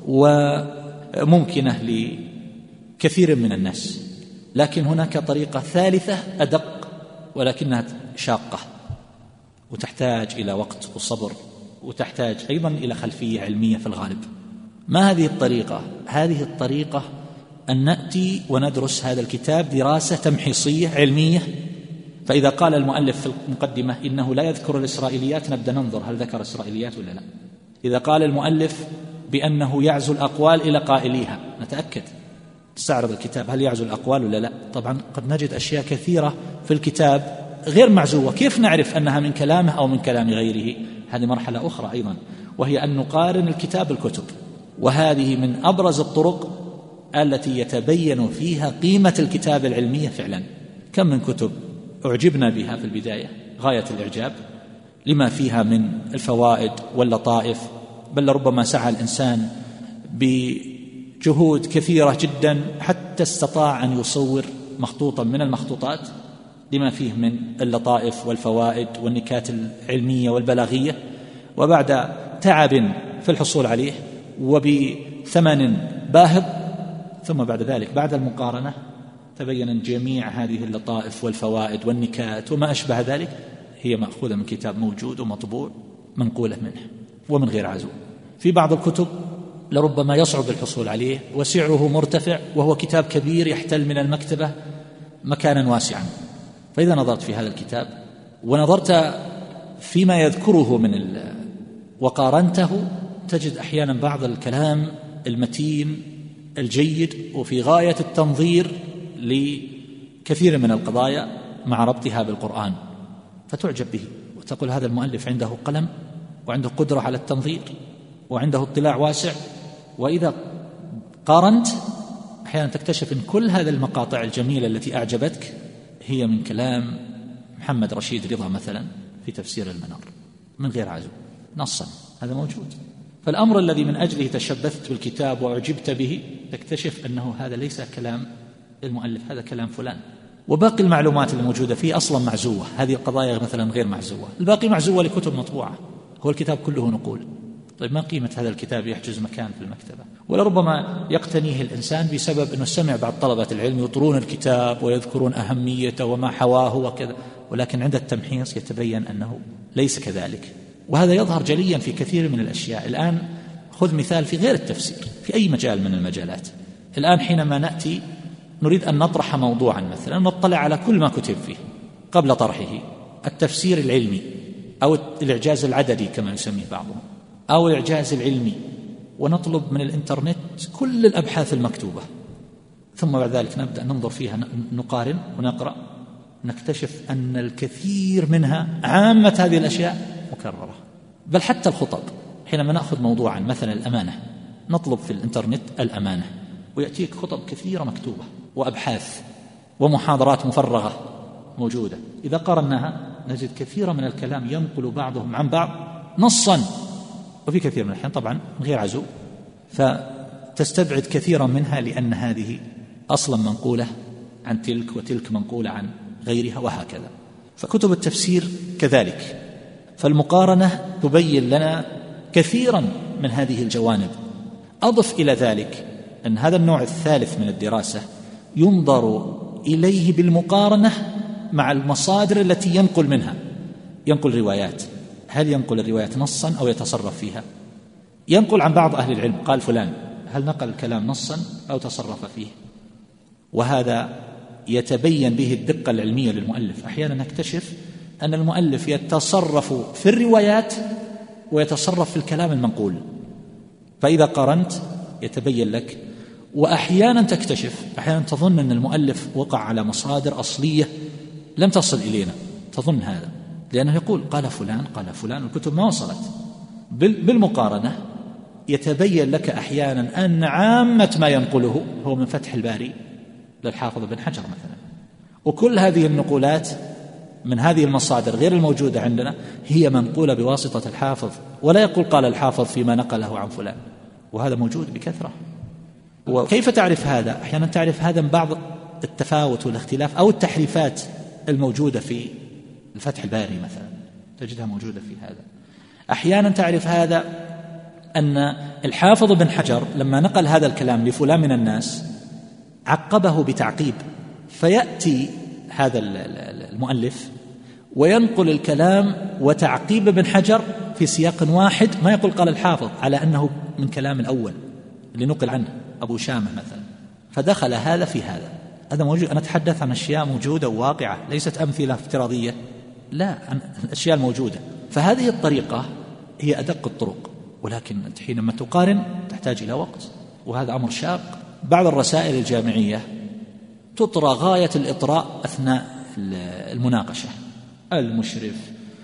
وممكنة لكثير من الناس. لكن هناك طريقة ثالثة أدق ولكنها شاقة وتحتاج إلى وقت وصبر، وتحتاج أيضا إلى خلفية علمية في الغالب. ما هذه الطريقة؟ هذه الطريقة أن نأتي وندرس هذا الكتاب دراسة تمحيصية علمية. فإذا قال المؤلف في المقدمة إنه لا يذكر الإسرائيليات، نبدأ ننظر هل ذكر إسرائيليات ولا لا. إذا قال المؤلف بأنه يعزو الأقوال إلى قائليها، نتأكد، تستعرض الكتاب هل يعزو الأقوال ولا لا. طبعا قد نجد أشياء كثيرة في الكتاب غير معزوة، كيف نعرف أنها من كلامه أو من كلام غيره؟ هذه مرحلة أخرى أيضا، وهي أن نقارن الكتاب بالكتب، وهذه من أبرز الطرق التي يتبين فيها قيمة الكتاب العلمية فعلا. كم من كتب أعجبنا بها في البداية غاية الإعجاب لما فيها من الفوائد واللطائف، بل ربما سعى الإنسان بجهود كثيرة جدا حتى استطاع أن يصور مخطوطا من المخطوطات لما فيه من اللطائف والفوائد والنكات العلمية والبلاغية، وبعد تعب في الحصول عليه وبثمن باهظ، ثم بعد ذلك بعد المقارنة تبين أن جميع هذه اللطائف والفوائد والنكات وما أشبه ذلك هي مأخوذة من كتاب موجود ومطبوع منقولة منه ومن غير عزو. في بعض الكتب لربما يصعب الحصول عليه وسعره مرتفع، وهو كتاب كبير يحتل من المكتبة مكانا واسعا. فإذا نظرت في هذا الكتاب ونظرت فيما يذكره وقارنته، تجد أحيانا بعض الكلام المتين الجيد وفي غاية التنظير لكثير من القضايا مع ربطها بالقرآن، فتعجب به وتقول هذا المؤلف عنده قلم وعنده قدرة على التنظير وعنده اطلاع واسع. وإذا قارنت أحيانا تكتشف أن كل هذه المقاطع الجميلة التي أعجبتك هي من كلام محمد رشيد رضا مثلا في تفسير المنار من غير عزو نصا، هذا موجود. فالأمر الذي من أجله تشبثت بالكتاب وأعجبت به تكتشف أنه هذا ليس كلام المؤلف، هذا كلام فلان. وباقي المعلومات الموجودة فيه أصلا معزوة، هذه القضايا مثلا غير معزوة، الباقي معزوة لكتب مطبوعة، هو الكتاب كله نقول. طيب ما قيمة هذا الكتاب يحجز مكان في المكتبة؟ ولربما يقتنيه الإنسان بسبب أنه سمع بعض طلبة العلم يطرون الكتاب ويذكرون أهميته وما حواه وكذا، ولكن عند التمحيص يتبين أنه ليس كذلك. وهذا يظهر جليا في كثير من الأشياء. الآن خذ مثال في غير التفسير، في أي مجال من المجالات. الآن حينما نأتي نريد أن نطرح موضوعا مثلا، نطلع على كل ما كتب فيه قبل طرحه، التفسير العلمي أو الإعجاز العددي كما يسميه بعضهم، أو الإعجاز العلمي، ونطلب من الإنترنت كل الأبحاث المكتوبة، ثم بعد ذلك نبدأ ننظر فيها، نقارن ونقرأ نكتشف أن الكثير منها عامة هذه الأشياء مكررة. بل حتى الخطب، حينما نأخذ موضوعا مثلا الأمانة، نطلب في الإنترنت الأمانة ويأتيك خطب كثيرة مكتوبة وأبحاث ومحاضرات مفرغة موجودة. إذا قارناها نجد كثيرا من الكلام ينقل بعضهم عن بعض نصا، وفي كثير من الأحيان طبعا غير عزو، فتستبعد كثيرا منها لأن هذه أصلا منقولة عن تلك وتلك منقولة عن غيرها وهكذا. فكتب التفسير كذلك، فالمقارنة تبين لنا كثيرا من هذه الجوانب. أضف إلى ذلك أن هذا النوع الثالث من الدراسة ينظر إليه بالمقارنة مع المصادر التي ينقل منها. ينقل روايات، هل ينقل الروايات نصا أو يتصرف فيها؟ ينقل عن بعض أهل العلم قال فلان، هل نقل الكلام نصا أو تصرف فيه؟ وهذا يتبين به الدقة العلمية للمؤلف. أحيانا نكتشف أن المؤلف يتصرف في الروايات ويتصرف في الكلام المنقول، فإذا قارنت يتبين لك. وأحيانا تكتشف، أحيانا تظن أن المؤلف وقع على مصادر أصلية لم تصل إلينا، تظن هذا لأنه يقول قال فلان قال فلان، الكتب ما وصلت. بالمقارنة يتبين لك أحيانا أن عامة ما ينقله هو من فتح الباري للحافظ بن حجر مثلا، وكل هذه النقولات من هذه المصادر غير الموجودة عندنا هي منقولة بواسطة الحافظ، ولا يقول قال الحافظ فيما نقله عن فلان، وهذا موجود بكثرة. وكيف تعرف هذا؟ أحيانا تعرف هذا من بعض التفاوت والاختلاف أو التحريفات الموجودة في الفتح الباري مثلا، تجدها موجودة في هذا. أحيانا تعرف هذا أن الحافظ بن حجر لما نقل هذا الكلام لفلان من الناس عقبه بتعقيب، فيأتي هذا المؤلف وينقل الكلام وتعقيب ابن حجر في سياق واحد، ما يقول قال الحافظ على أنه من كلام الأول اللي نقل عنه أبو شامة مثلا، فدخل هذا في هذا موجود. أنا أتحدث عن أشياء موجودة وواقعة، ليست أمثلة افتراضية، لا، عن الأشياء الموجودة. فهذه الطريقة هي أدق الطرق، ولكن حينما تقارن تحتاج إلى وقت، وهذا أمر شاق. بعض الرسائل الجامعية تطرى غاية الإطراء أثناء المناقشة، المشرف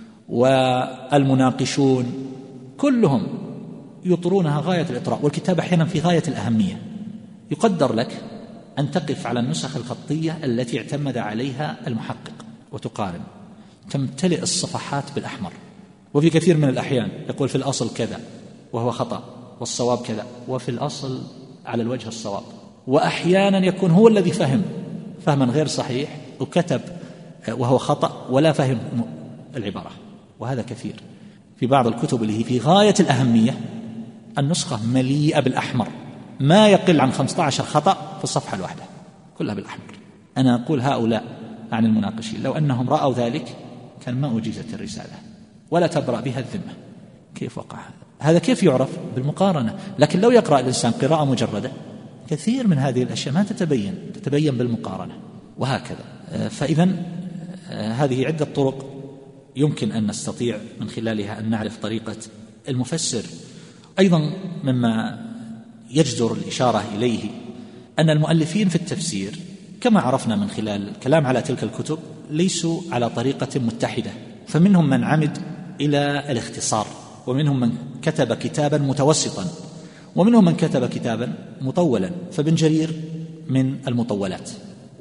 والمناقشون كلهم يطرونها غاية الإطراء، والكتاب أحيانا في غاية الأهمية. يقدر لك أن تقف على النسخ الخطية التي اعتمد عليها المحقق وتقارن، تمتلئ الصفحات بالأحمر، وفي كثير من الأحيان يقول في الأصل كذا وهو خطأ، والصواب كذا، وفي الأصل على الوجه الصواب. وأحيانا يكون هو الذي فهم فهما غير صحيح وكتب وهو خطأ ولا فهم العبارة، وهذا كثير في بعض الكتب اللي هي في غاية الأهمية. النسخة مليئة بالأحمر، ما يقل عن 15 خطأ في الصفحة الواحدة، كلها بالأحمر. أنا أقول هؤلاء عن المناقشين لو أنهم رأوا ذلك كان ما أجيزت الرسالة ولا تبرأ بها الذمة. كيف وقع هذا؟ كيف يعرف؟ بالمقارنة. لكن لو يقرأ الإنسان قراءة مجردة كثير من هذه الأشياء ما تتبين بالمقارنة، وهكذا. فإذا هذه عدة طرق يمكن أن نستطيع من خلالها أن نعرف طريقة المفسر. أيضا مما يجدر الإشارة إليه أن المؤلفين في التفسير كما عرفنا من خلال الكلام على تلك الكتب ليسوا على طريقة متحدة، فمنهم من عمد إلى الاختصار، ومنهم من كتب كتابا متوسطا، ومنهم من كتب كتابا مطولا. فابن جرير من المطولات،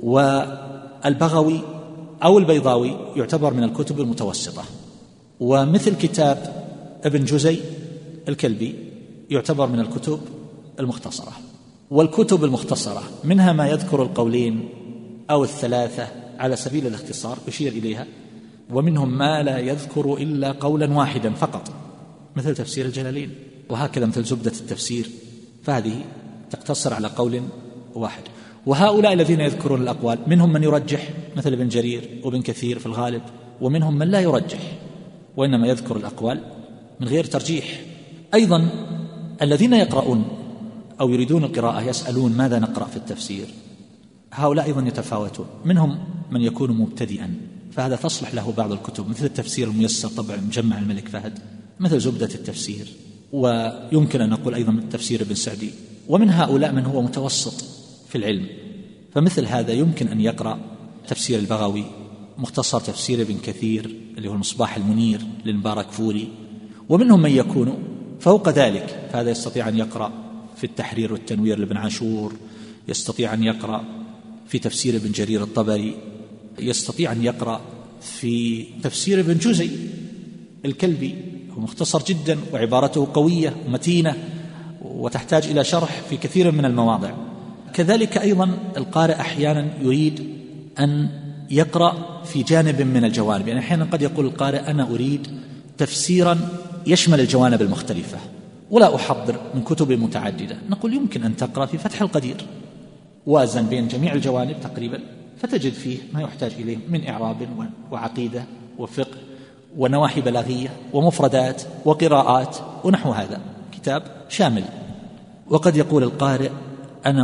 والبغوي أو البيضاوي يعتبر من الكتب المتوسطة، ومثل كتاب ابن جزي الكلبي يعتبر من الكتب المختصرة. والكتب المختصرة منها ما يذكر القولين أو الثلاثة على سبيل الاختصار يشير إليها، ومنهم ما لا يذكر إلا قولا واحدا فقط مثل تفسير الجلالين، وهكذا مثل زبدة التفسير، فهذه تقتصر على قول واحد. وهؤلاء الذين يذكرون الأقوال منهم من يرجح مثل ابن جرير وابن كثير في الغالب، ومنهم من لا يرجح وإنما يذكر الأقوال من غير ترجيح. أيضا الذين يقرؤون أو يريدون القراءة يسألون ماذا نقرأ في التفسير، هؤلاء أيضا يتفاوتون، منهم من يكون مبتدئا فهذا تصلح له بعض الكتب مثل التفسير الميسر طبع مجمع الملك فهد، مثل زبدة التفسير، ويمكن أن نقول أيضا من تفسير ابن سعدي. ومن هؤلاء من هو متوسط في العلم، فمثل هذا يمكن أن يقرأ تفسير البغوي مختصر تفسير ابن كثير اللي هو المصباح المنير للمباركفوري، ومنهم من يكون فوق ذلك، فهذا يستطيع أن يقرأ في التحرير والتنوير لابن عاشور، يستطيع أن يقرأ في تفسير ابن جرير الطبري، يستطيع أن يقرأ في تفسير ابن جزي الكلبي، هو مختصر جدا وعبارته قوية ومتينة وتحتاج إلى شرح في كثير من المواضع. كذلك أيضا القارئ أحيانا يريد أن يقرأ في جانب من الجوانب، يعني أحيانا قد يقول القارئ أنا أريد تفسيرا يشمل الجوانب المختلفة ولا أحضر من كتب متعددة، نقول يمكن أن تقرأ في فتح القدير، وازن بين جميع الجوانب تقريبا، فتجد فيه ما يحتاج إليه من إعراب وعقيدة وفقه ونواحي بلاغية ومفردات وقراءات ونحو هذا، كتاب شامل. وقد يقول القارئ أنا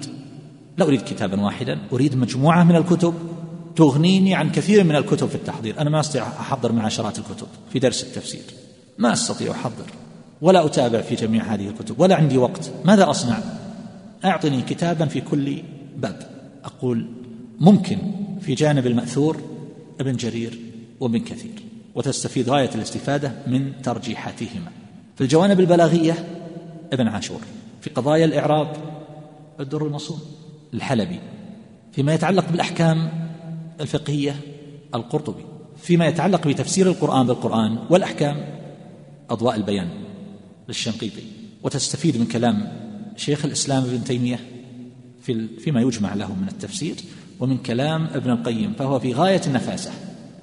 لا أريد كتابا واحدا، أريد مجموعة من الكتب تغنيني عن كثير من الكتب في التحضير، أنا ما أستطيع أحضر من عشرات الكتب في درس التفسير، ما أستطيع أحضر ولا أتابع في جميع هذه الكتب ولا عندي وقت، ماذا أصنع؟ أعطني كتابا في كل باب. أقول ممكن في جانب المأثور ابن جرير وابن كثير، وتستفيد غاية الاستفادة من ترجيحاتهما. في الجوانب البلاغية ابن عاشور، في قضايا الإعراب الدر المصون الحلبي، فيما يتعلق بالأحكام الفقهية القرطبي، فيما يتعلق بتفسير القرآن بالقرآن والأحكام أضواء البيان للشنقيطي، وتستفيد من كلام شيخ الإسلام ابن تيمية فيما يجمع له من التفسير، ومن كلام ابن القيم، فهو في غاية النفاسة،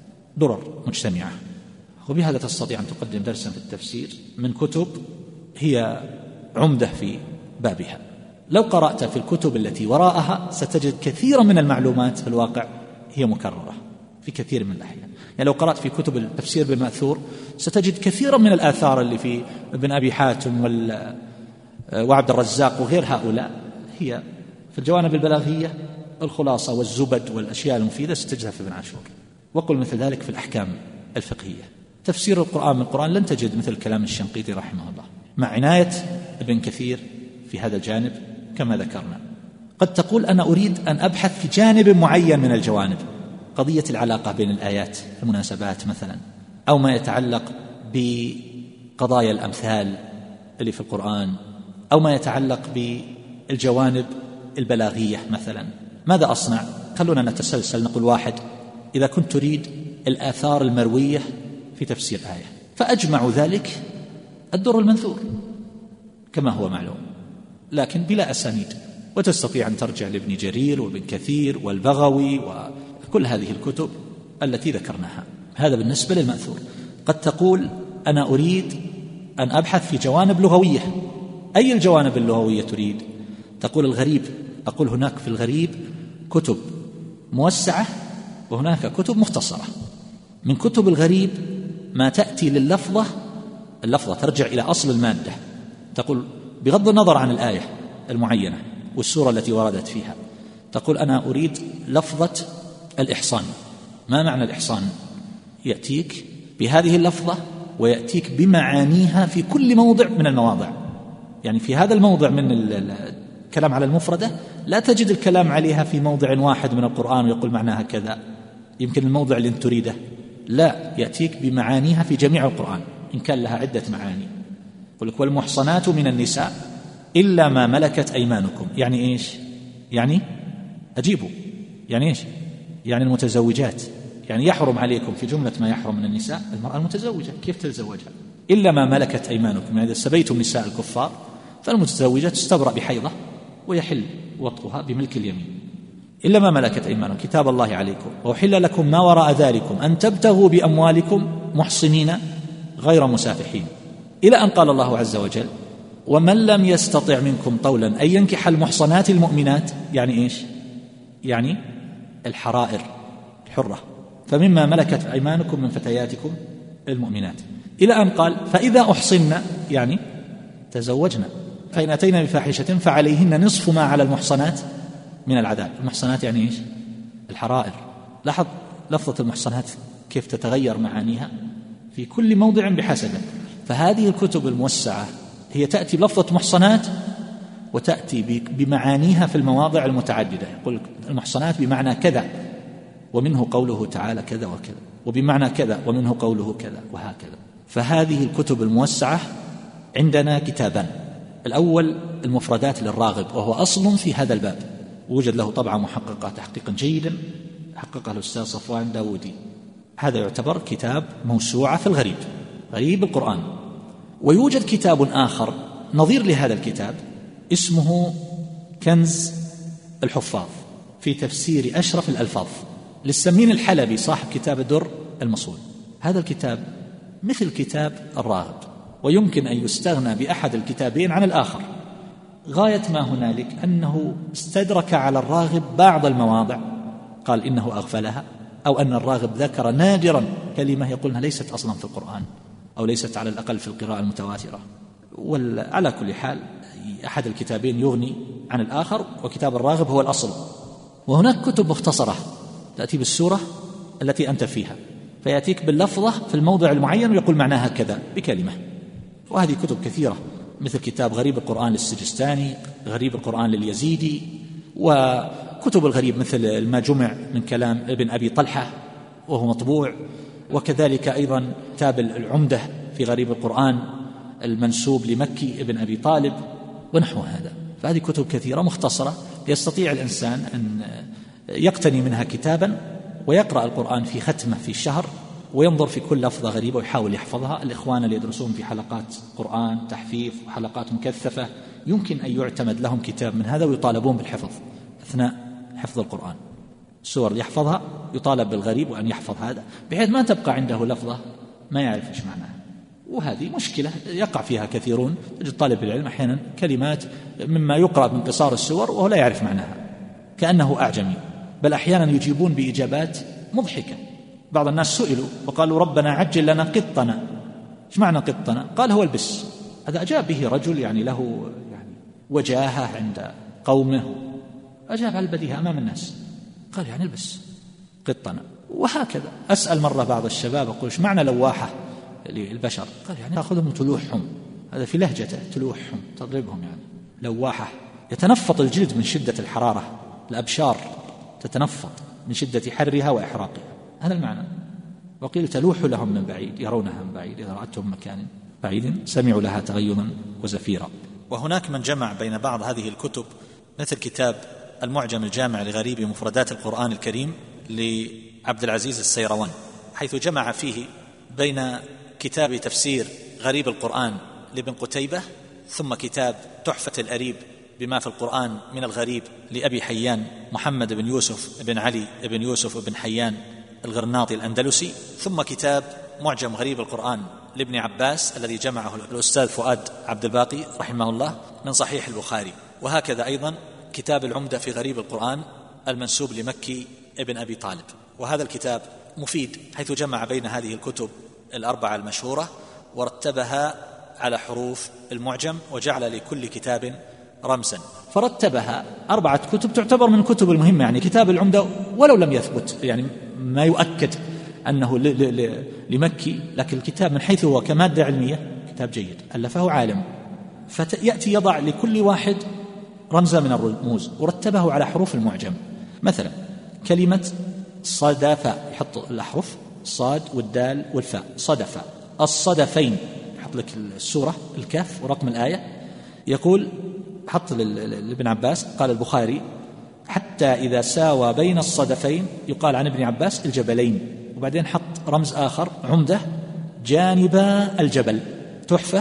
درر مجتمعة. وبهذا تستطيع أن تقدم درسا في التفسير من كتب هي عمدة في بابها. لو قرأت في الكتب التي وراءها ستجد كثيرا من المعلومات في الواقع هي مكررة في كثير من الأحيان. يعني لو قرأت في كتب التفسير بالمأثور ستجد كثيرا من الآثار اللي في ابن أبي حاتم وعبد الرزاق وغير هؤلاء هي في الجوانب البلاغية الخلاصة والزبد والأشياء المفيدة ستجدها في ابن عاشور. وقل مثل ذلك في الأحكام الفقهية. تفسير القرآن من القرآن لن تجد مثل كلام الشنقيطي رحمه الله، مع عناية ابن كثير في هذا الجانب كما ذكرنا. قد تقول أنا أريد أن أبحث في جانب معين من الجوانب، قضية العلاقة بين الآيات، المناسبات مثلا، أو ما يتعلق بقضايا الأمثال اللي في القرآن، أو ما يتعلق بالجوانب البلاغية مثلا. ماذا أصنع؟ خلونا نتسلسل. نقول واحد، إذا كنت تريد الآثار المروية في تفسير آية فأجمع ذلك الدر المنثور كما هو معلوم، لكن بلا أسانيد، وتستطيع أن ترجع لابن جرير وابن كثير والبغوي وكل هذه الكتب التي ذكرناها. هذا بالنسبة للمأثور. قد تقول أنا أريد أن أبحث في جوانب لغوية. أي الجوانب اللغوية تريد؟ تقول الغريب. أقول هناك في الغريب كتب موسعة وهناك كتب مختصرة. من كتب الغريب ما تأتي لللفظة، اللفظة ترجع إلى أصل المادة، تقول بغض النظر عن الآية المعينة والسورة التي وردت فيها، تقول أنا أريد لفظة الإحصان. ما معنى الإحصان؟ يأتيك بهذه اللفظة ويأتيك بمعانيها في كل موضع من المواضع. يعني في هذا الموضع من الكلام على المفردة لا تجد الكلام عليها في موضع واحد من القرآن ويقول معناها كذا، يمكن الموضع اللي انت تريده، لا، يأتيك بمعانيها في جميع القرآن إن كان لها عدة معاني. يقول لك والمحصنات من النساء إلا ما ملكت أيمانكم. يعني إيش؟ يعني أجيبوا، يعني إيش؟ يعني المتزوجات، يعني يحرم عليكم في جملة ما يحرم من النساء المرأة المتزوجة، كيف تتزوجها؟ إلا ما ملكت أيمانكم، يعني إذا سبيتم نساء الكفار فالمتزوجة تستبرأ بحيضة ويحل وطئها بملك اليمين. إلا ما ملكت أيمانكم كتاب الله عليكم، وأحل لكم ما وراء ذلكم أن تبتغوا بأموالكم محصنين غير مسافحين، إلى أن قال الله عز وجل ومن لم يستطع منكم طولا أن ينكح المحصنات المؤمنات. يعني إيش؟ يعني الحرائر الحرة، فمما ملكت أيمانكم من فتياتكم المؤمنات، إلى أن قال فإذا أحصن يعني تزوجنا، فإن أتينا بفاحشة فعليهن نصف ما على المحصنات من العذاب. المحصنات يعني إيش؟ الحرائر. لاحظ لفظة المحصنات كيف تتغير معانيها في كل موضع بحسبه. فهذه الكتب الموسعة هي تأتي بلفظة محصنات وتأتي بمعانيها في المواضع المتعددة. يقول المحصنات بمعنى كذا، ومنه قوله تعالى كذا وكذا وبمعنى كذا ومنه قوله كذا وهكذا. فهذه الكتب الموسعة عندنا كتابان: الأول المفردات للراغب، وهو أصل في هذا الباب، وجد له طبعا محققة تحقيقا جيدا حققه الأستاذ صفوان داودي. هذا يعتبر كتاب موسوعة في الغريب، غريب القرآن. ويوجد كتاب آخر نظير لهذا الكتاب اسمه كنز الحفاظ في تفسير أشرف الألفاظ للسمين الحلبي صاحب كتاب الدر المصون. هذا الكتاب مثل كتاب الراغب، ويمكن أن يستغنى بأحد الكتابين عن الآخر. غاية ما هنالك أنه استدرك على الراغب بعض المواضع قال إنه أغفلها، أو أن الراغب ذكر نادرا كلمة يقولها ليست أصلا في القرآن، أو ليست على الأقل في القراءة المتواترة. وعلى كل حال أحد الكتابين يغني عن الآخر، وكتاب الراغب هو الأصل. وهناك كتب مختصرة تأتي بالسورة التي أنت فيها، فيأتيك باللفظة في الموضع المعين ويقول معناها كذا بكلمة. وهذه كتب كثيرة، مثل كتاب غريب القرآن للسجستاني، غريب القرآن لليزيدي، وكتب الغريب مثل ما جمع من كلام ابن أبي طلحة وهو مطبوع، وكذلك أيضا كتاب العمدة في غريب القرآن المنسوب لمكي ابن أبي طالب ونحو هذا. فهذه كتب كثيرة مختصرة يستطيع الإنسان أن يقتني منها كتابا ويقرأ القرآن في ختمة في الشهر، وينظر في كل لفظة غريبة ويحاول يحفظها. الإخوان اللي يدرسون في حلقات قرآن تحفيظ وحلقات مكثفة يمكن أن يعتمد لهم كتاب من هذا ويطالبون بالحفظ أثناء حفظ القرآن. سور يحفظها يطالب بالغريب وأن يحفظ هذا، بحيث ما تبقى عنده لفظة ما يعرف إيش معناها. وهذه مشكلة يقع فيها كثيرون. تجد طالب العلم أحيانا كلمات مما يقرأ من قصار السور وهو لا يعرف معناها كأنه أعجمي، بل أحيانا يجيبون بإجابات مضحكة. بعض الناس سئلوا وقالوا ربنا عجل لنا قطنا. إيش معنى قطنا؟ قال هو البس. هذا أجاب به رجل يعني له يعني وجاهة عند قومه، أجاب على البديهة أمام الناس، قال يعني البس قطنا. وهكذا أسأل مرة بعض الشباب أقول إيش معنى لواحة للبشر؟ قال يعني تأخذهم وتلوحهم، هذا في لهجته، تلوحهم تضربهم، يعني لواحة. يتنفط الجلد من شدة الحرارة، الأبشار تتنفط من شدة حرها وإحراقها، هذا المعنى. وقيل تلوح لهم من بعيد، يرونها من بعيد، إذا رأتهم مكان بعيد سمعوا لها تغيظا وزفيرا. وهناك من جمع بين بعض هذه الكتب مثل كتاب المعجم الجامع لغريب مفردات القرآن الكريم لعبد العزيز السيروان، حيث جمع فيه بين كتاب تفسير غريب القرآن لابن قتيبة، ثم كتاب تحفة الأريب بما في القرآن من الغريب لأبي حيان محمد بن يوسف بن علي بن يوسف بن حيان الغرناطي الأندلسي، ثم كتاب معجم غريب القرآن لابن عباس الذي جمعه الأستاذ فؤاد عبد الباقي رحمه الله من صحيح البخاري. وهكذا أيضا كتاب العمدة في غريب القرآن المنسوب لمكي ابن أبي طالب. وهذا الكتاب مفيد حيث جمع بين هذه الكتب الأربعة المشهورة ورتبها على حروف المعجم، وجعل لكل كتاب رمزا، فرتبها 4 كتب تعتبر من الكتب المهمة. يعني كتاب العمدة ولو لم يثبت يعني ما يؤكد أنه لمكي، لكن الكتاب من حيث هو كمادة علمية كتاب جيد ألفه عالم، فيأتي يضع لكل واحد رمزا من الرموز ورتبه على حروف المعجم. مثلا كلمة صدفة يحط الأحرف صاد والدال والفاء، صدفة. الصدفين يحط لك السورة الكاف ورقم الآية. يقول حط لابن عباس قال البخاري حتى إذا ساوى بين الصدفين يقال عن ابن عباس الجبلين. وبعدين حط رمز آخر عمدة جانب الجبل، تحفة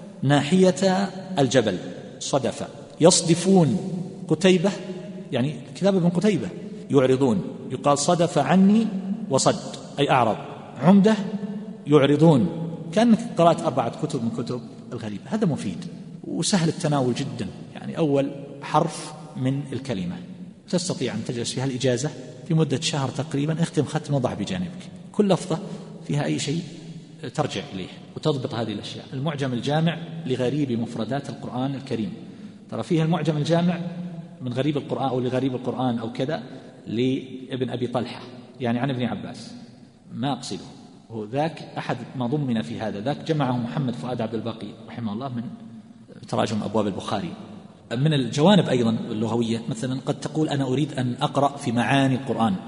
ناحية الجبل، صدفة. يصدفون قتيبة يعني كتاب ابن قتيبة، يعرضون يقال صدف عني وصد أي أعرض. عمدة يعرضون، كأنك قرأت 4 كتب من كتب الغريب. هذا مفيد وسهل التناول جدا، يعني أول حرف من الكلمة تستطيع أن تجلس فيها الإجازة في مدة شهر تقريبا، اختم ختم وضع بجانبك، كل لفظة فيها أي شيء ترجع إليه وتضبط هذه الأشياء. المعجم الجامع لغريب مفردات القرآن الكريم، ترى فيه المعجم الجامع من غريب القرآن أو لغريب القرآن أو كذا لابن أبي طلحة يعني عن ابن عباس، ما أقصده هو ذاك أحد ما ضمن في هذا، ذاك جمعه محمد فؤاد عبد الباقي رحمه الله من تراجم أبواب البخاري. من الجوانب أيضا اللغوية مثلا قد تقول أنا أريد أن أقرأ في معاني القرآن،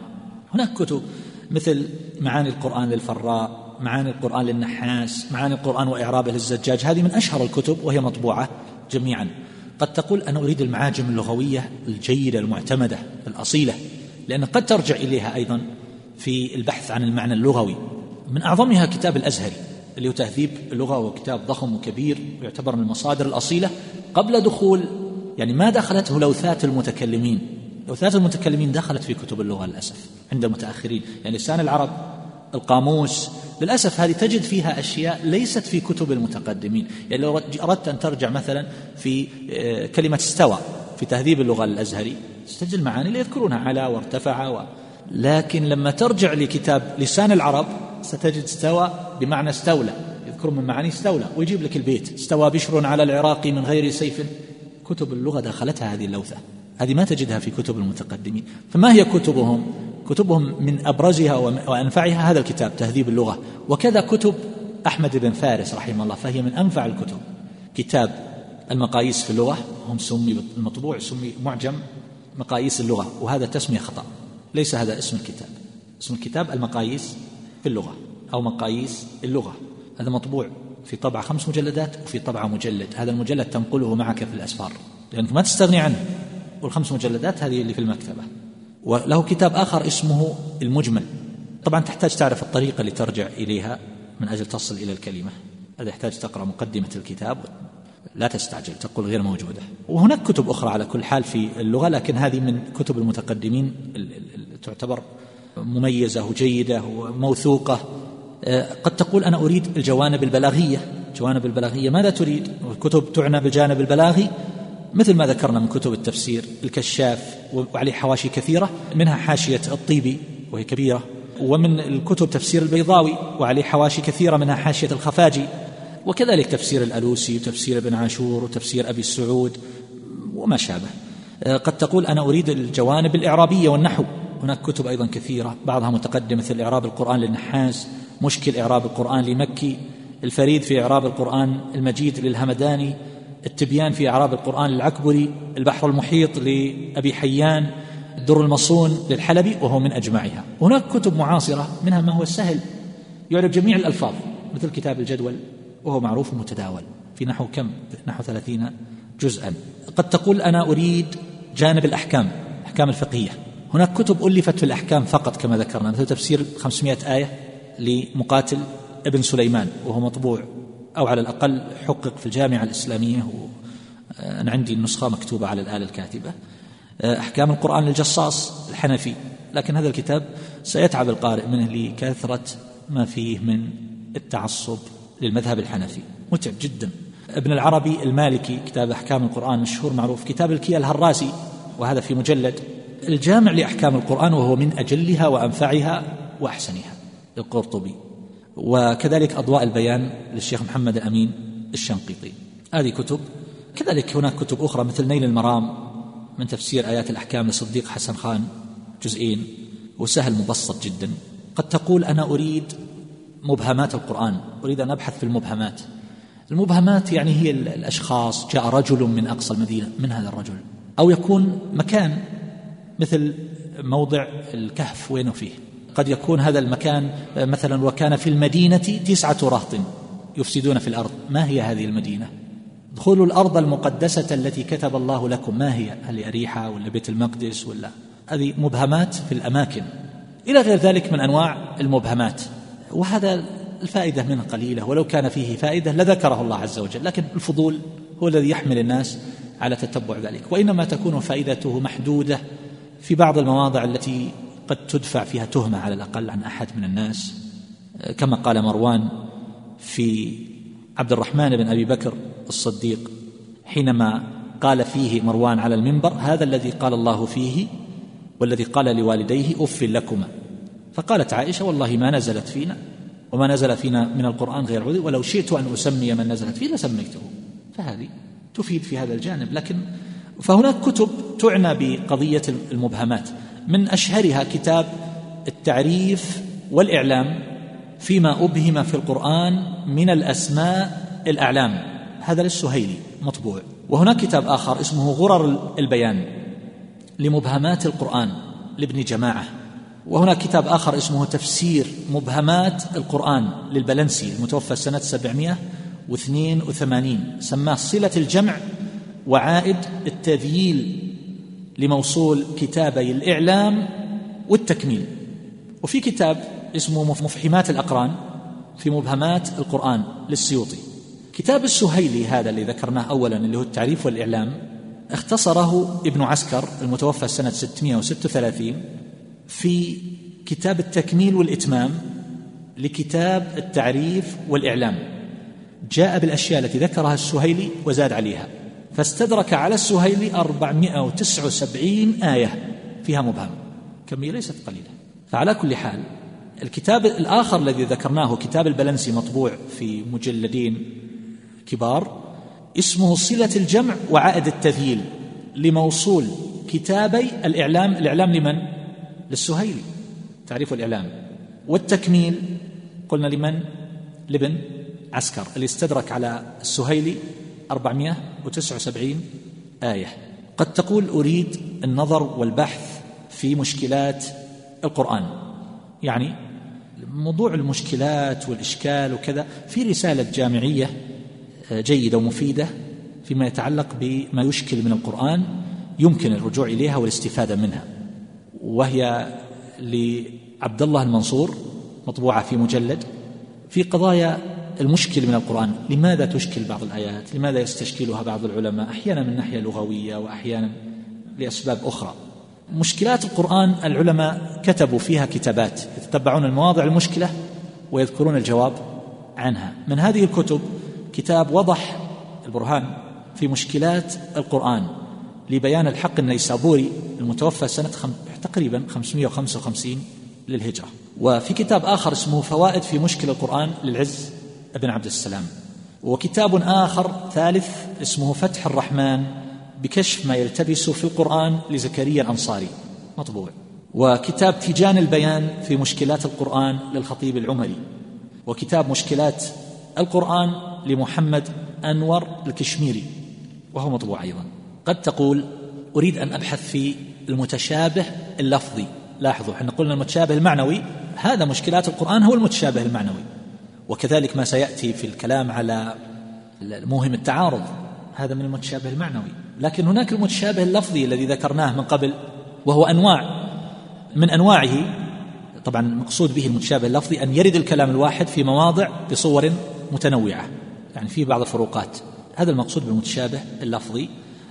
هناك كتب مثل معاني القرآن للفراء، معاني القرآن للنحاس، معاني القرآن وإعرابه للزجاج، هذه من أشهر الكتب وهي مطبوعة جميعا. قد تقول أنا أريد المعاجم اللغوية الجيدة المعتمدة الأصيلة، لأن قد ترجع إليها أيضا في البحث عن المعنى اللغوي. من أعظمها كتاب الأزهري اللي هو تهذيب اللغة، وكتاب ضخم وكبير ويعتبر من المصادر الأصيلة قبل دخول، يعني ما دخلته لوثات المتكلمين. لوثات المتكلمين دخلت في كتب اللغة للأسف عند المتأخرين، يعني لسان العرب، القاموس، للأسف هذه تجد فيها أشياء ليست في كتب المتقدمين. يعني لو أردت أن ترجع مثلا في كلمة استوى في تهذيب اللغة الأزهري ستجد المعاني اللي يذكرونها على وارتفع لكن لما ترجع لكتاب لسان العرب ستجد استوى بمعنى استولى، يذكر من معاني استولى، ويجيب لك البيت استوى بشر على العراق من غير سيف. كتب اللغة دخلتها هذه اللوثة، هذه ما تجدها في كتب المتقدمين. فما هي كتبهم؟ كتبهم من أبرزها وأنفعها هذا الكتاب تهذيب اللغة، وكذا كتب أحمد بن فارس رحمه الله، فهي من أنفع الكتب. كتاب المقاييس في اللغة، هم سمي المطبوع سمي معجم مقاييس اللغة، وهذا تسمية خطأ، ليس هذا اسم الكتاب. اسم الكتاب المقاييس في اللغة أو مقاييس اللغة، هذا مطبوع في طبعة 5 مجلدات وفي طبعة مجلد. هذا المجلد تنقله معك في الأسفار لأنك ما تستغني عنه، وال5 مجلدات هذه اللي في المكتبة. وله كتاب آخر اسمه المجمل، طبعا تحتاج تعرف الطريقة اللي ترجع إليها من أجل تصل إلى الكلمة، هذا يحتاج تقرأ مقدمة الكتاب، لا تستعجل تقول غير موجودة. وهناك كتب أخرى على كل حال في اللغة، لكن هذه من كتب المتقدمين تعتبر مميزة وجيدة وموثوقة. قد تقول أنا أريد الجوانب البلاغية. جوانب البلاغية ماذا تريد؟ كتب تعنى بالجانب البلاغي مثل ما ذكرنا من كتب التفسير، الكشاف وعليه حواشي كثيرة، منها حاشية الطيبي وهي كبيرة، ومن الكتب تفسير البيضاوي وعليه حواشي كثيرة منها حاشية الخفاجي، وكذلك تفسير الألوسي وتفسير ابن عاشور وتفسير أبي السعود وما شابه. قد تقول أنا أريد الجوانب الإعرابية والنحو، هناك كتب أيضا كثيرة بعضها متقدم مثل إعراب القرآن للنحاس، مشكل إعراب القرآن لمكي، الفريد في إعراب القرآن المجيد للهمداني، التبيان في إعراب القرآن للعكبري، البحر المحيط لأبي حيان، الدر المصون للحلبي وهو من أجمعها. هناك كتب معاصرة منها ما هو سهل يعرف جميع الألفاظ مثل كتاب الجدول وهو معروف ومتداول في نحو 30 جزءا. قد تقول أنا أريد جانب الأحكام الفقهية، هناك كتب ألفت في الأحكام فقط كما ذكرنا، مثل تفسير 500 آية لمقاتل ابن سليمان وهو مطبوع أو على الأقل حقق في الجامعة الإسلامية، أنا عندي النسخة مكتوبة على الآلة الكاتبة. أحكام القرآن للجصاص الحنفي، لكن هذا الكتاب سيتعب القارئ منه لكثرة ما فيه من التعصب للمذهب الحنفي، متعب جدا. ابن العربي المالكي كتاب أحكام القرآن مشهور معروف. كتاب الكيا الهراسي وهذا في مجلد، الجامع لأحكام القرآن وهو من أجلها وأنفعها وأحسنها للقرطبي، وكذلك أضواء البيان للشيخ محمد الأمين الشنقيطي. هذه كتب. كذلك هناك كتب أخرى مثل نيل المرام من تفسير آيات الأحكام لصديق حسن خان، جزئين وسهل مبسط جدا. قد تقول أنا أريد مبهمات القرآن، أريد أن أبحث في المبهمات. المبهمات يعني هي الأشخاص، جاء رجل من أقصى المدينة، من هذا الرجل، أو يكون مكان مثل موضع الكهف وينه فيه. قد يكون هذا المكان مثلا وكان في المدينة 9 رهط يفسدون في الأرض، ما هي هذه المدينة؟ ادخلوا الأرض المقدسة التي كتب الله لكم، ما هي؟ هل أريحة ولا بيت المقدس ولا؟ هذه مبهمات في الأماكن، إلى غير ذلك من أنواع المبهمات. وهذا الفائدة منه قليلة، ولو كان فيه فائدة لذكره الله عز وجل، لكن الفضول هو الذي يحمل الناس على تتبع ذلك، وإنما تكون فائدته محدودة في بعض المواضع التي قد تدفع فيها تهمة على الأقل عن أحد من الناس، كما قال مروان في عبد الرحمن بن أبي بكر الصديق حينما قال فيه مروان على المنبر: هذا الذي قال الله فيه والذي قال لوالديه أف لكما. فقالت عائشة: والله ما نزلت فينا وما نزل فينا من القرآن غير عذر، ولو شئت أن أسمي من نزلت فيه لسميته. فهذه تفيد في هذا الجانب. لكن فهناك كتب تعنى بقضية المبهمات، من أشهرها كتاب التعريف والإعلام فيما أبهم في القرآن من الأسماء الأعلام، هذا للسهيلي مطبوع. وهناك كتاب آخر اسمه غرر البيان لمبهمات القرآن لابن جماعة، وهناك كتاب آخر اسمه تفسير مبهمات القرآن للبلنسي المتوفى سنة 782، سماه صلة الجمع وعائد التذييل لموصول كتابي الإعلام والتكميل. وفي كتاب اسمه مفحمات الأقران في مبهمات القرآن للسيوطي. كتاب السهيلي هذا اللي ذكرناه أولا اللي هو التعريف والإعلام اختصره ابن عسكر المتوفى سنة 636 في كتاب التكميل والإتمام لكتاب التعريف والإعلام، جاء بالأشياء التي ذكرها السهيلي وزاد عليها، فاستدرك على السهيلي 479 آية فيها مبهم، كمية ليست قليلة. فعلى كل حال الكتاب الآخر الذي ذكرناه كتاب البلنسي مطبوع في مجلدين كبار اسمه صلة الجمع وعائد التذييل لموصول كتابي الإعلام لمن؟ للسهيلي تعريف الإعلام، والتكميل قلنا لمن؟ لابن عسكر اللي استدرك على السهيلي 479 آية. قد تقول أريد النظر والبحث في مشكلات القرآن، يعني موضوع المشكلات والإشكال وكذا في رسالة جامعية جيدة ومفيدة فيما يتعلق بما يشكل من القرآن يمكن الرجوع إليها والاستفادة منها، وهي لعبد الله المنصور مطبوعة في مجلد في قضايا المشكل من القرآن. لماذا تشكل بعض الآيات؟ لماذا يستشكلها بعض العلماء؟ أحيانا من ناحية لغوية وأحيانا لأسباب أخرى. مشكلات القرآن العلماء كتبوا فيها كتابات يتتبعون المواضع المشكلة ويذكرون الجواب عنها. من هذه الكتب كتاب وضح البرهان في مشكلات القرآن لبيان الحق النيسابوري المتوفى سنة تقريبا 555 للهجرة. وفي كتاب آخر اسمه فوائد في مشكل القرآن للعز بن عبد السلام. وكتاب آخر ثالث اسمه فتح الرحمن بكشف ما يلتبس في القرآن لزكريا الأنصاري مطبوع. وكتاب تيجان البيان في مشكلات القرآن للخطيب العمري. وكتاب مشكلات القرآن لمحمد أنور الكشميري وهو مطبوع أيضا. قد تقول أريد أن أبحث في المتشابه اللفظي. لاحظوا احنا قلنا المتشابه المعنوي، هذا مشكلات القرآن هو المتشابه المعنوي، وكذلك ما سيأتي في الكلام على موهم التعارض هذا من المتشابه المعنوي. لكن هناك المتشابه اللفظي الذي ذكرناه من قبل وهو أنواع من أنواعه. طبعا المقصود به المتشابه اللفظي أن يرد الكلام الواحد في مواضع بصور متنوعة، يعني فيه بعض الفروقات، هذا المقصود بالمتشابه اللفظي.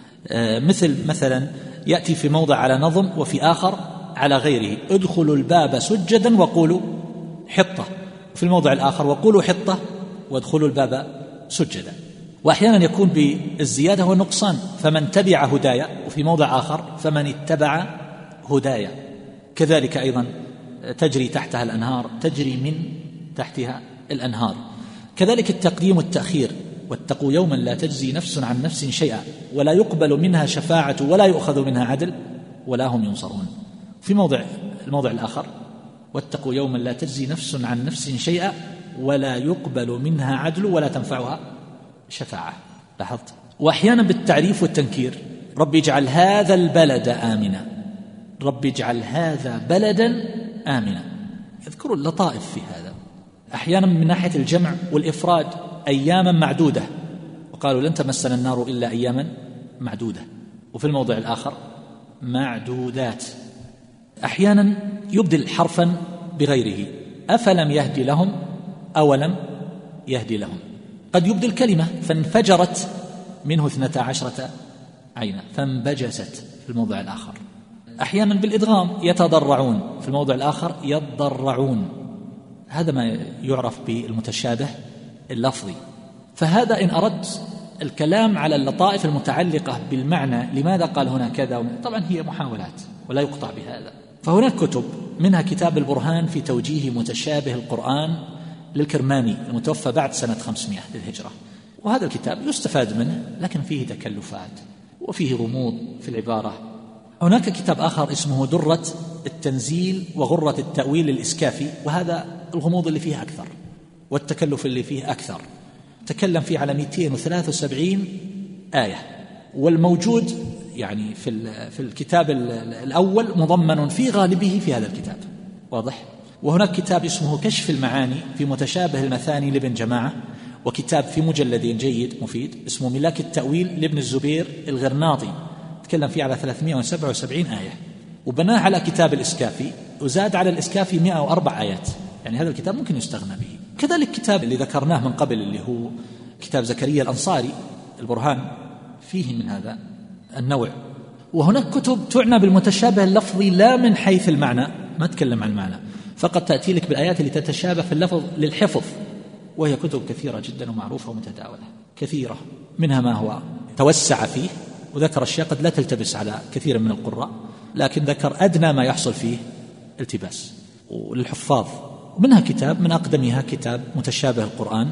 مثلا يأتي في موضع على نظم وفي آخر على غيره، ادخلوا الباب سجدا وقولوا حطة، في الموضع الآخر وقولوا حطة وادخلوا الباب سجدا. وأحيانا يكون بالزيادة والنقصان، فمن تبع هدايا، وفي موضع آخر فمن اتبع هدايا. كذلك أيضا تجري تحتها الأنهار، تجري من تحتها الأنهار. كذلك التقديم والتأخير، واتقوا يوما لا تجزي نفس عن نفس شيئا ولا يقبل منها شفاعة ولا يؤخذ منها عدل ولا هم ينصرون. في الموضع الآخر واتقوا يوما لا تجزي نفس عن نفس شيئا ولا يقبل منها عدل ولا تنفعها شفاعة. لاحظت؟ وأحيانا بالتعريف والتنكير، رب اجعل هذا البلد آمنا، رب اجعل هذا بلدا آمنا. يذكروا اللطائف في هذا. أحيانا من ناحية الجمع والإفراد أياما معدودة، وقالوا لن تمسنا النار إلا أياما معدودة، وفي الموضع الآخر معدودات. أحيانا يبدل حرفا بغيره، أفلم يهدي لهم أولم يهدي لهم. قد يبدل كلمة فانفجرت منه 12 عينا فانبجست في الموضع الآخر. أحيانا بالإدغام يتضرعون، في الموضع الآخر يضرعون. هذا ما يعرف بالمتشابه اللفظي. فهذا إن أردت الكلام على اللطائف المتعلقة بالمعنى، لماذا قال هنا كذا، طبعا هي محاولات ولا يقطع بهذا. فهناك كتب، منها كتاب البرهان في توجيه متشابه القرآن للكرماني المتوفى بعد سنة 500 للهجرة، وهذا الكتاب يستفاد منه لكن فيه تكلفات وفيه غموض في العبارة. هناك كتاب آخر اسمه درة التنزيل وغرة التأويل للإسكافي، وهذا الغموض اللي فيه أكثر والتكلف اللي فيه أكثر، تكلم فيه على 273 آية. والموجود يعني في الكتاب الأول مضمن في غالبه في هذا الكتاب، واضح؟ وهناك كتاب اسمه كشف المعاني في متشابه المثاني لابن جماعة، وكتاب في مجلدين جيد مفيد اسمه ملاك التأويل لابن الزبير الغرناطي، تكلم فيه على 377 آية، وبناه على كتاب الإسكافي، وزاد على الإسكافي 104 آيات. يعني هذا الكتاب ممكن يستغنى به. كذلك كتاب اللي ذكرناه من قبل اللي هو كتاب زكريا الأنصاري البرهان، فيه من هذا النوع. وهناك كتب تعنى بالمتشابه اللفظي لا من حيث المعنى، ما تكلم عن المعنى، فقط تأتي لك بالآيات اللي تتشابه في اللفظ للحفظ، وهي كتب كثيرة جدا ومعروفة ومتداولة كثيرة، منها ما هو توسع فيه وذكر أشياء قد لا تلتبس على كثير من القراء، لكن ذكر أدنى ما يحصل فيه التباس وللحفاظ. ومنها كتاب من أقدمها كتاب متشابه القرآن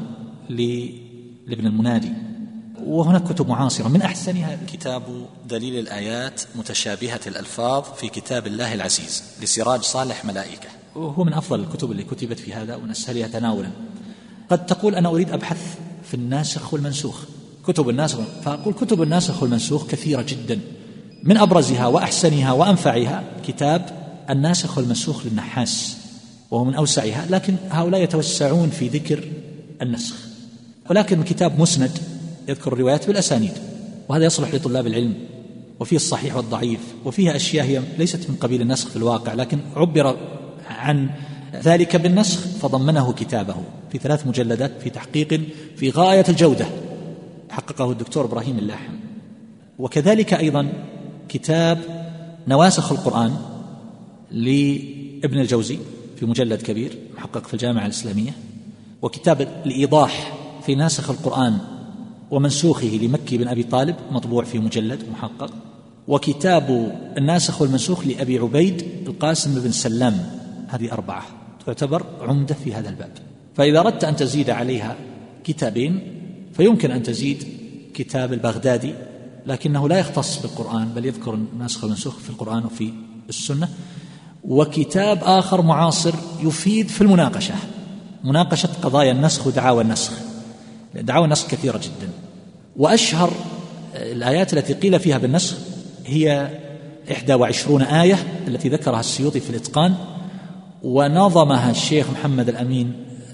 لابن المنادي. وهناك كتب معاصرة من أحسنها كتاب دليل الآيات متشابهة الألفاظ في كتاب الله العزيز لسراج صالح ملائكة، وهو من أفضل الكتب اللي كتبت في هذا ومن أسهلها تناولا. قد تقول أنا أريد أبحث في الناسخ والمنسوخ، كتب الناسخ، فأقول كتب الناسخ والمنسوخ كثيرة جدا، من أبرزها وأحسنها وأنفعها كتاب الناسخ والمنسوخ للنحاس، وهو من أوسعها، لكن هؤلاء يتوسعون في ذكر النسخ، ولكن الكتاب مسند يذكر الروايات بالأسانيد، وهذا يصلح لطلاب العلم، وفيه الصحيح والضعيف، وفيها أشياء هي ليست من قبيل النسخ في الواقع، لكن عبر عن ذلك بالنسخ فضمنه كتابه في 3 مجلدات في تحقيق في غاية الجودة حققه الدكتور إبراهيم اللاحم. وكذلك أيضا كتاب نواسخ القرآن لابن الجوزي في مجلد كبير محقق في الجامعة الإسلامية، وكتاب الإيضاح في ناسخ القرآن ومنسوخه لمكي بن أبي طالب مطبوع في مجلد محقق، وكتاب الناسخ والمنسوخ لأبي عبيد القاسم بن سلام. هذه 4 تعتبر عمدة في هذا الباب. فإذا أردت أن تزيد عليها كتابين فيمكن أن تزيد كتاب البغدادي، لكنه لا يختص بالقرآن بل يذكر الناسخ والمنسوخ في القرآن وفي السنة، وكتاب آخر معاصر يفيد في المناقشة، مناقشة قضايا النسخ ودعاوى النسخ. دعاوى النسخ كثيرة جدا، وأشهر الآيات التي قيل فيها بالنسخ هي 21 آية التي ذكرها السيوطي في الإتقان، ونظمها الشيخ محمد الأمين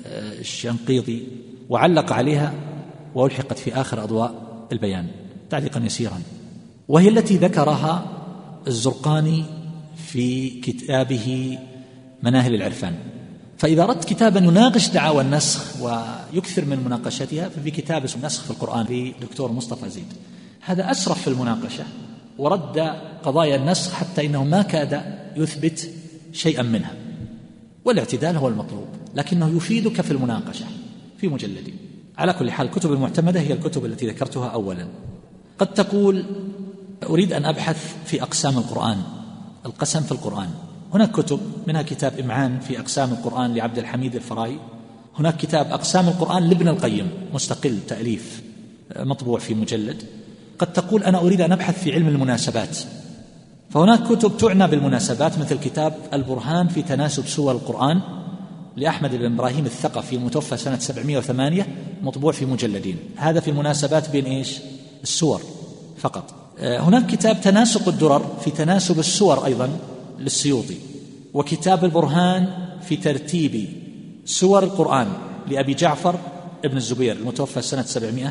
الشنقيطي وعلق عليها وألحقت في آخر أضواء البيان تعليقا يسيرا، وهي التي ذكرها الزرقاني في كتابه مناهل العرفان. فإذا أردت كتابا يناقش دعاوى النسخ ويكثر من مناقشتها ففي كتاب اسمه نسخ في القرآن لدكتور مصطفى زيد، هذا أسرف في المناقشة ورد قضايا النسخ حتى إنه ما كاد يثبت شيئا منها، والاعتدال هو المطلوب، لكنه يفيدك في المناقشة في مجلدين. على كل حال الكتب المعتمدة هي الكتب التي ذكرتها أولا. قد تقول أريد أن أبحث في أقسام القرآن، القسم في القرآن. هناك كتب منها كتاب إمعان في أقسام القرآن لعبد الحميد الفراي، هناك كتاب أقسام القرآن لابن القيم مستقل تأليف مطبوع في مجلد. قد تقول أنا أريد أن أبحث في علم المناسبات، فهناك كتب تعنى بالمناسبات مثل كتاب البرهان في تناسب سور القرآن لأحمد بن إبراهيم الثقفي المتوفى سنة 708 مطبوع في مجلدين، هذا في المناسبات بين إيش؟ السور فقط. هناك كتاب تناسق الدرر في تناسب السور أيضا للسيوطي، وكتاب البرهان في ترتيب سور القرآن لأبي جعفر ابن الزبير المتوفى سنة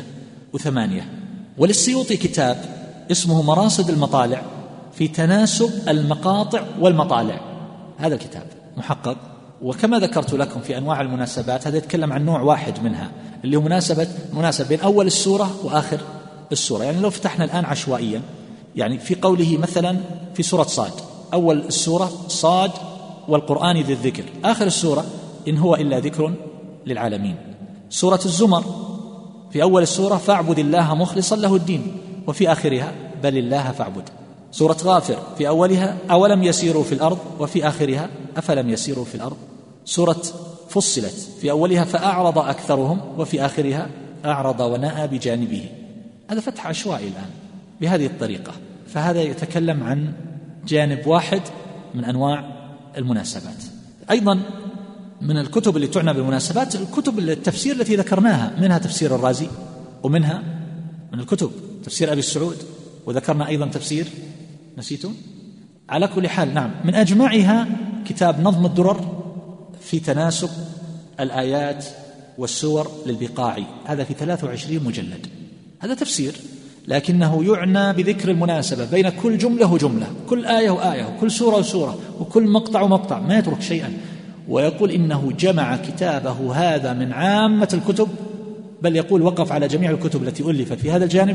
708. وللسيوطي كتاب اسمه مراصد المطالع في تناسب المقاطع والمطالع، هذا الكتاب محقق. وكما ذكرت لكم في أنواع المناسبات هذا يتكلم عن نوع واحد منها اللي هو مناسبة بين أول السورة وآخر السورة. يعني لو فتحنا الآن عشوائيا، يعني في قوله مثلا في سورة صاد، أول السورة صاد والقرآن ذي الذكر، آخر السورة إن هو إلا ذكر للعالمين. سورة الزمر في أول السورة فاعبد الله مخلصا له الدين، وفي آخرها بل الله فاعبد. سورة غافر في أولها أولم يسيروا في الأرض، وفي آخرها أفلم يسيروا في الأرض. سورة فصلت في أولها فأعرض أكثرهم، وفي آخرها أعرض ونأى بجانبه. هذا فتح عشوائي الآن بهذه الطريقة، فهذا يتكلم عن جانب واحد من أنواع المناسبات. أيضا من الكتب اللي تعنى بالمناسبات الكتب التفسير التي ذكرناها، منها تفسير الرازي، ومنها من الكتب تفسير أبي السعود، وذكرنا أيضا تفسير نسيتم. على كل حال نعم، من أجمعها كتاب نظم الدرر في تناسب الآيات والسور للبقاعي، هذا في 23 مجلد. هذا تفسير، لكنه يعنى بذكر المناسبة بين كل جملة وجملة، كل آية وآية، وكل سورة وسورة، وكل مقطع ومقطع، ما يترك شيئا. ويقول إنه جمع كتابه هذا من عامة الكتب، بل يقول وقف على جميع الكتب التي ألفت في هذا الجانب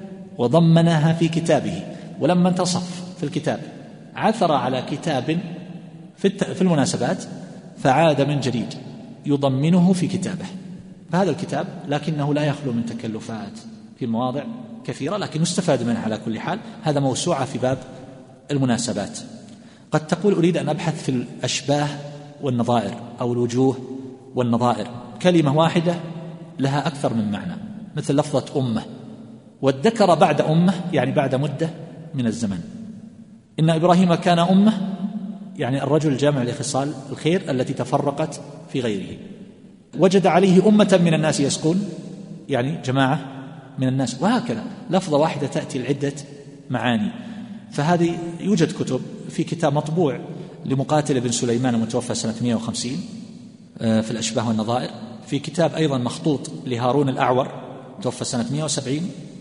وضمنها في كتابه. ولما انتصف في الكتاب عثر على كتاب في المناسبات فعاد من جديد يضمنه في كتابه. فهذا الكتاب لكنه لا يخلو من تكلفات في مواضع كثيرة، لكن يستفاد منها على كل حال. هذا موسوعة في باب المناسبات. قد تقول أريد أن أبحث في الأشباه والنظائر أو الوجوه والنظائر، كلمة واحدة لها أكثر من معنى، مثل لفظة أمة، والذكر بعد أمة يعني بعد مدة من الزمن. إن إبراهيم كان أمة يعني الرجل الجامع لخصال الخير التي تفرقت في غيره. وجد عليه أمة من الناس يسقون يعني جماعة من الناس، وهكذا لفظة واحدة تأتي لعدة معاني. فهذه يوجد كتب، في كتاب مطبوع لمقاتل بن سليمان المتوفى سنة 150 في الأشباه والنظائر، في كتاب أيضا مخطوط لهارون الأعور توفى سنة 170،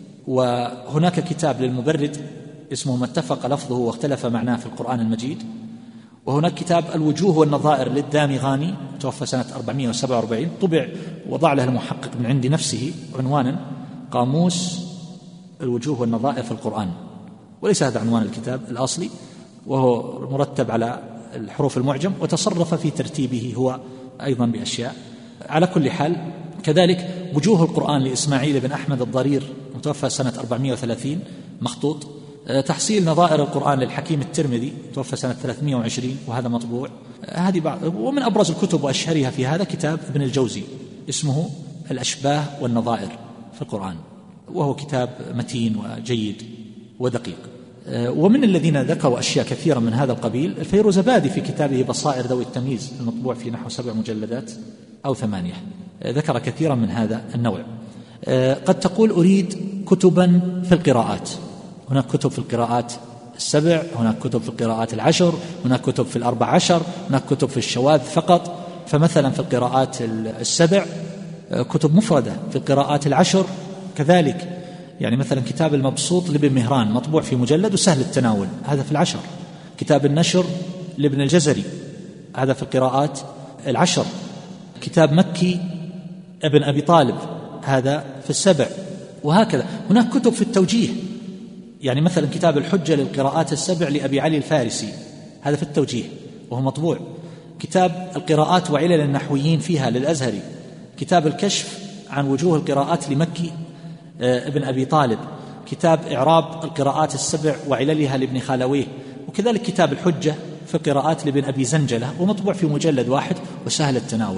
وهناك كتاب للمبرد اسمه ما اتفق لفظه واختلف معناه في القرآن المجيد، وهناك كتاب الوجوه والنظائر للدامغاني توفى سنة 447 طبع وضع له المحقق من عند نفسه عنوانا قاموس الوجوه والنظائر في القرآن، وليس هذا عنوان الكتاب الأصلي، وهو مرتب على الحروف المعجم، وتصرف في ترتيبه هو أيضا بأشياء. على كل حال كذلك وجوه القرآن لإسماعيل بن أحمد الضرير متوفى سنة 430 مخطوط، تحصيل نظائر القرآن للحكيم الترمذي توفى سنة 320 وهذا مطبوع. هذه بعض. ومن أبرز الكتب وأشهرها في هذا كتاب ابن الجوزي اسمه الأشباه والنظائر في القرآن، وهو كتاب متين وجيد ودقيق. ومن الذين ذكروا أشياء كثيرة من هذا القبيل الفيروزبادي في كتابه بصائر ذوي التمييز المطبوع في نحو 7 مجلدات أو 8، ذكر كثيرا من هذا النوع. قد تقول أريد كتبا في القراءات، هناك كتب في القراءات 7، هناك كتب في القراءات 10، هناك كتب في 14، هناك كتب في الشواذ فقط. فمثلا في القراءات 7 كتب مفردة، في القراءات 10 كذلك، يعني مثلا كتاب المبسوط لابن مهران مطبوع في مجلد وسهل التناول، هذا في 10. كتاب النشر لابن الجزري هذا في القراءات 10. كتاب مكي ابن أبي طالب هذا في 7، وهكذا. هناك كتب في التوجيه، يعني مثلا كتاب الحجة للقراءات 7 لأبي علي الفارسي هذا في التوجيه وهو مطبوع. كتاب القراءات وعلل النحويين فيها للأزهري. كتاب الكشف عن وجوه القراءات لمكي ابن أبي طالب. كتاب إعراب القراءات 7 وعللها لابن خالويه. وكذلك كتاب الحجة في القراءات لابن أبي زنجلة ومطبوع في مجلد واحد وسهل التناول.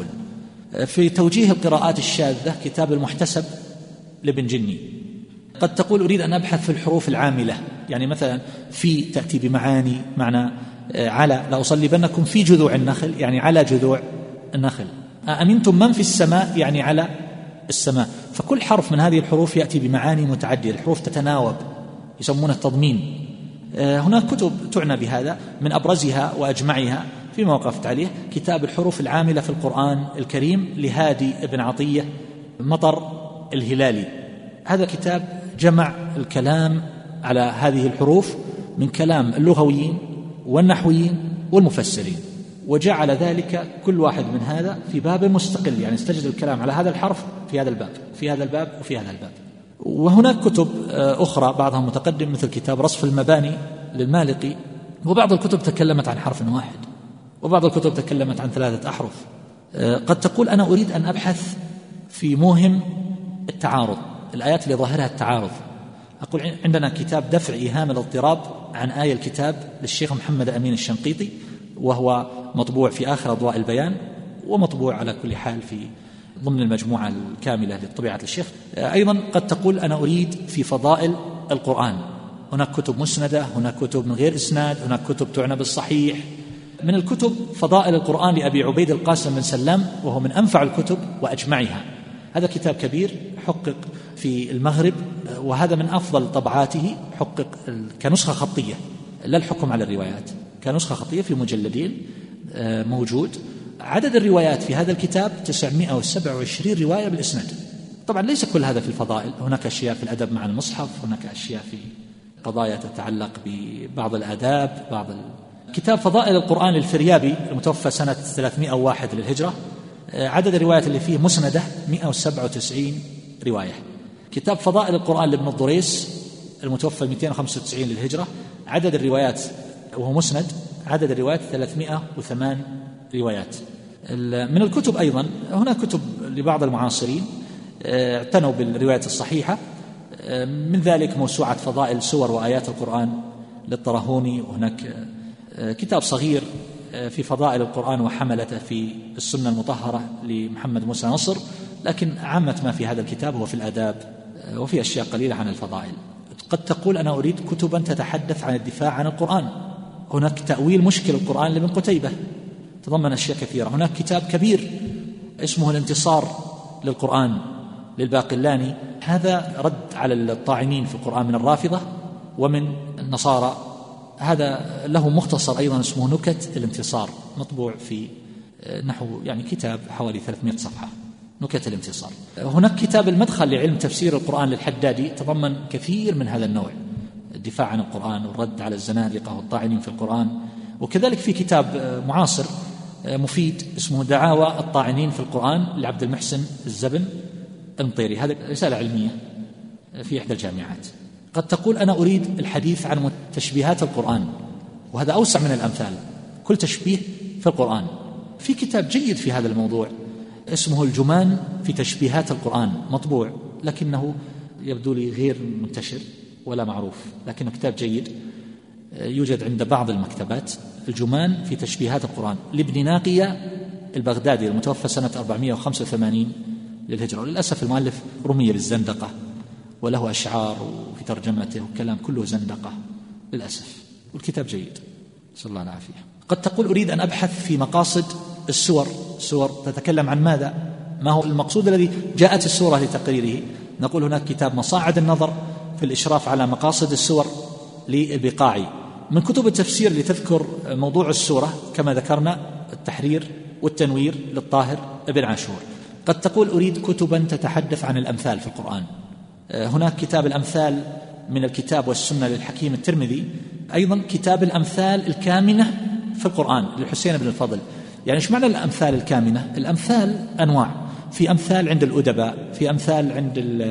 في توجيه القراءات الشاذة كتاب المحتسب لابن جني. قد تقول أريد أن أبحث في الحروف العاملة، يعني مثلا في تأتي بمعاني معنى على لأصلبنكم في جذوع النخل يعني على جذوع النخل، أأمنتم من في السماء يعني على السماء. فكل حرف من هذه الحروف يأتي بمعاني متعددة، الحروف تتناوب يسمونه التضمين. هناك كتب تعنى بهذا، من أبرزها وأجمعها فيما وقفت عليه كتاب الحروف العاملة في القرآن الكريم لهادي ابن عطية مطر الهلالي. هذا كتاب جمع الكلام على هذه الحروف من كلام اللغويين والنحويين والمفسرين، وجعل ذلك كل واحد من هذا في باب مستقل، يعني استجد الكلام على هذا الحرف في هذا الباب في هذا الباب وفي هذا الباب. وهناك كتب أخرى بعضها متقدم مثل كتاب رصف المباني للمالقي، وبعض الكتب تكلمت عن حرف واحد وبعض الكتب تكلمت عن 3 أحرف. قد تقول أنا أريد أن أبحث في موهم التعارض، الآيات اللي ظاهرها التعارض. أقول عندنا كتاب دفع إيهام الاضطراب عن آية الكتاب للشيخ محمد أمين الشنقيطي، وهو مطبوع في آخر أضواء البيان ومطبوع على كل حال في ضمن المجموعة الكاملة لطبيعة الشيخ. أيضا قد تقول أنا أريد في فضائل القرآن، هناك كتب مسندة، هناك كتب من غير إسناد، هناك كتب تعنى بالصحيح. من الكتب فضائل القرآن لأبي عبيد القاسم بن سلام، وهو من أنفع الكتب وأجمعها. هذا كتاب كبير حقق في المغرب، وهذا من أفضل طبعاته، حقق كنسخة خطية لا الحكم على الروايات، كنسخة خطية في مجلدين موجود. عدد الروايات في هذا الكتاب 927 رواية بالإسناد. طبعا ليس كل هذا في الفضائل، هناك أشياء في الأدب مع المصحف، هناك أشياء في قضايا تتعلق ببعض الآداب. كتاب فضائل القرآن للفريابي المتوفى سنة 301 للهجرة، عدد الروايات اللي فيه مسندة 197 رواية. كتاب فضائل القرآن لابن الضريس المتوفى 295 للهجرة، عدد الروايات وهو مسند، عدد الروايات 308 روايات. من الكتب أيضا هناك كتب لبعض المعاصرين اعتنوا بالرواية الصحيحة، من ذلك موسوعة فضائل سور وآيات القرآن للطرهوني، وهناك كتاب صغير في فضائل القرآن وحملته في السنة المطهرة لمحمد موسى نصر، لكن عامة ما في هذا الكتاب هو في الآداب وفي أشياء قليلة عن الفضائل. قد تقول أنا أريد كتبا تتحدث عن الدفاع عن القرآن. هناك تأويل مشكل القرآن لابن قتيبة تضمن أشياء كثيرة. هناك كتاب كبير اسمه الانتصار للقرآن للباقلاني، هذا رد على الطاعنين في القرآن من الرافضة ومن النصارى. هذا له مختصر أيضا اسمه نكت الانتصار، مطبوع في نحو كتاب حوالي 300 صفحة، نكت الانتصار. هناك كتاب المدخل لعلم تفسير القرآن للحدادي تضمن كثير من هذا النوع، الدفاع عن القرآن والرد على الزنادقة والطاعنين في القرآن. وكذلك في كتاب معاصر مفيد اسمه دعاوى الطاعنين في القرآن لعبد المحسن الزبن المطيري، هذا رسالة علمية في إحدى الجامعات. قد تقول أنا أريد الحديث عن تشبيهات القرآن، وهذا أوسع من الأمثال، كل تشبيه في القرآن. في كتاب جيد في هذا الموضوع اسمه الجمان في تشبيهات القرآن، مطبوع لكنه يبدو لي غير منتشر ولا معروف، لكنه كتاب جيد يوجد عند بعض المكتبات. الجمان في تشبيهات القرآن لابن ناقية البغدادي المتوفى سنة 485 للهجرة. للأسف المؤلف رمي بالزندقة وله أشعار وفي ترجمته وكلام كله زندقة للأسف، والكتاب جيد، نسأل الله العافية. قد تقول أريد أن أبحث في مقاصد السور تتكلم عن ماذا؟ ما هو المقصود الذي جاءت السورة لتقريره؟ نقول هناك كتاب مصاعد النظر في الإشراف على مقاصد السور للبقاعي، من كتب التفسير لتذكر موضوع السورة كما ذكرنا التحرير والتنوير للطاهر ابن عاشور. قد تقول أريد كتبا تتحدث عن الأمثال في القرآن، هناك كتاب الأمثال من الكتاب والسنة للحكيم الترمذي، أيضا كتاب الأمثال الكامنة في القرآن للحسين بن الفضل. إيش معنى الأمثال الكامنة؟ الأمثال أنواع، في أمثال عند الأدباء، في أمثال عند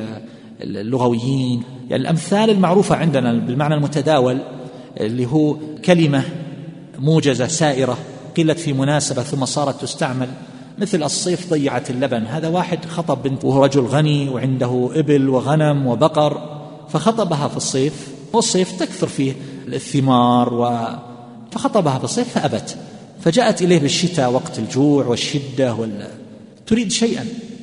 اللغويين. الأمثال المعروفة عندنا بالمعنى المتداول اللي هو كلمة موجزة سائرة قلت في مناسبة ثم صارت تستعمل، مثل الصيف ضيعت اللبن، هذا واحد خطب بنت وهو رجل غني وعنده إبل وغنم وبقر، فخطبها في الصيف، والصيف تكثر فيه الثمار فخطبها في الصيف فأبت، فجاءت إليه بالشتاء وقت الجوع والشدة تريد شيئا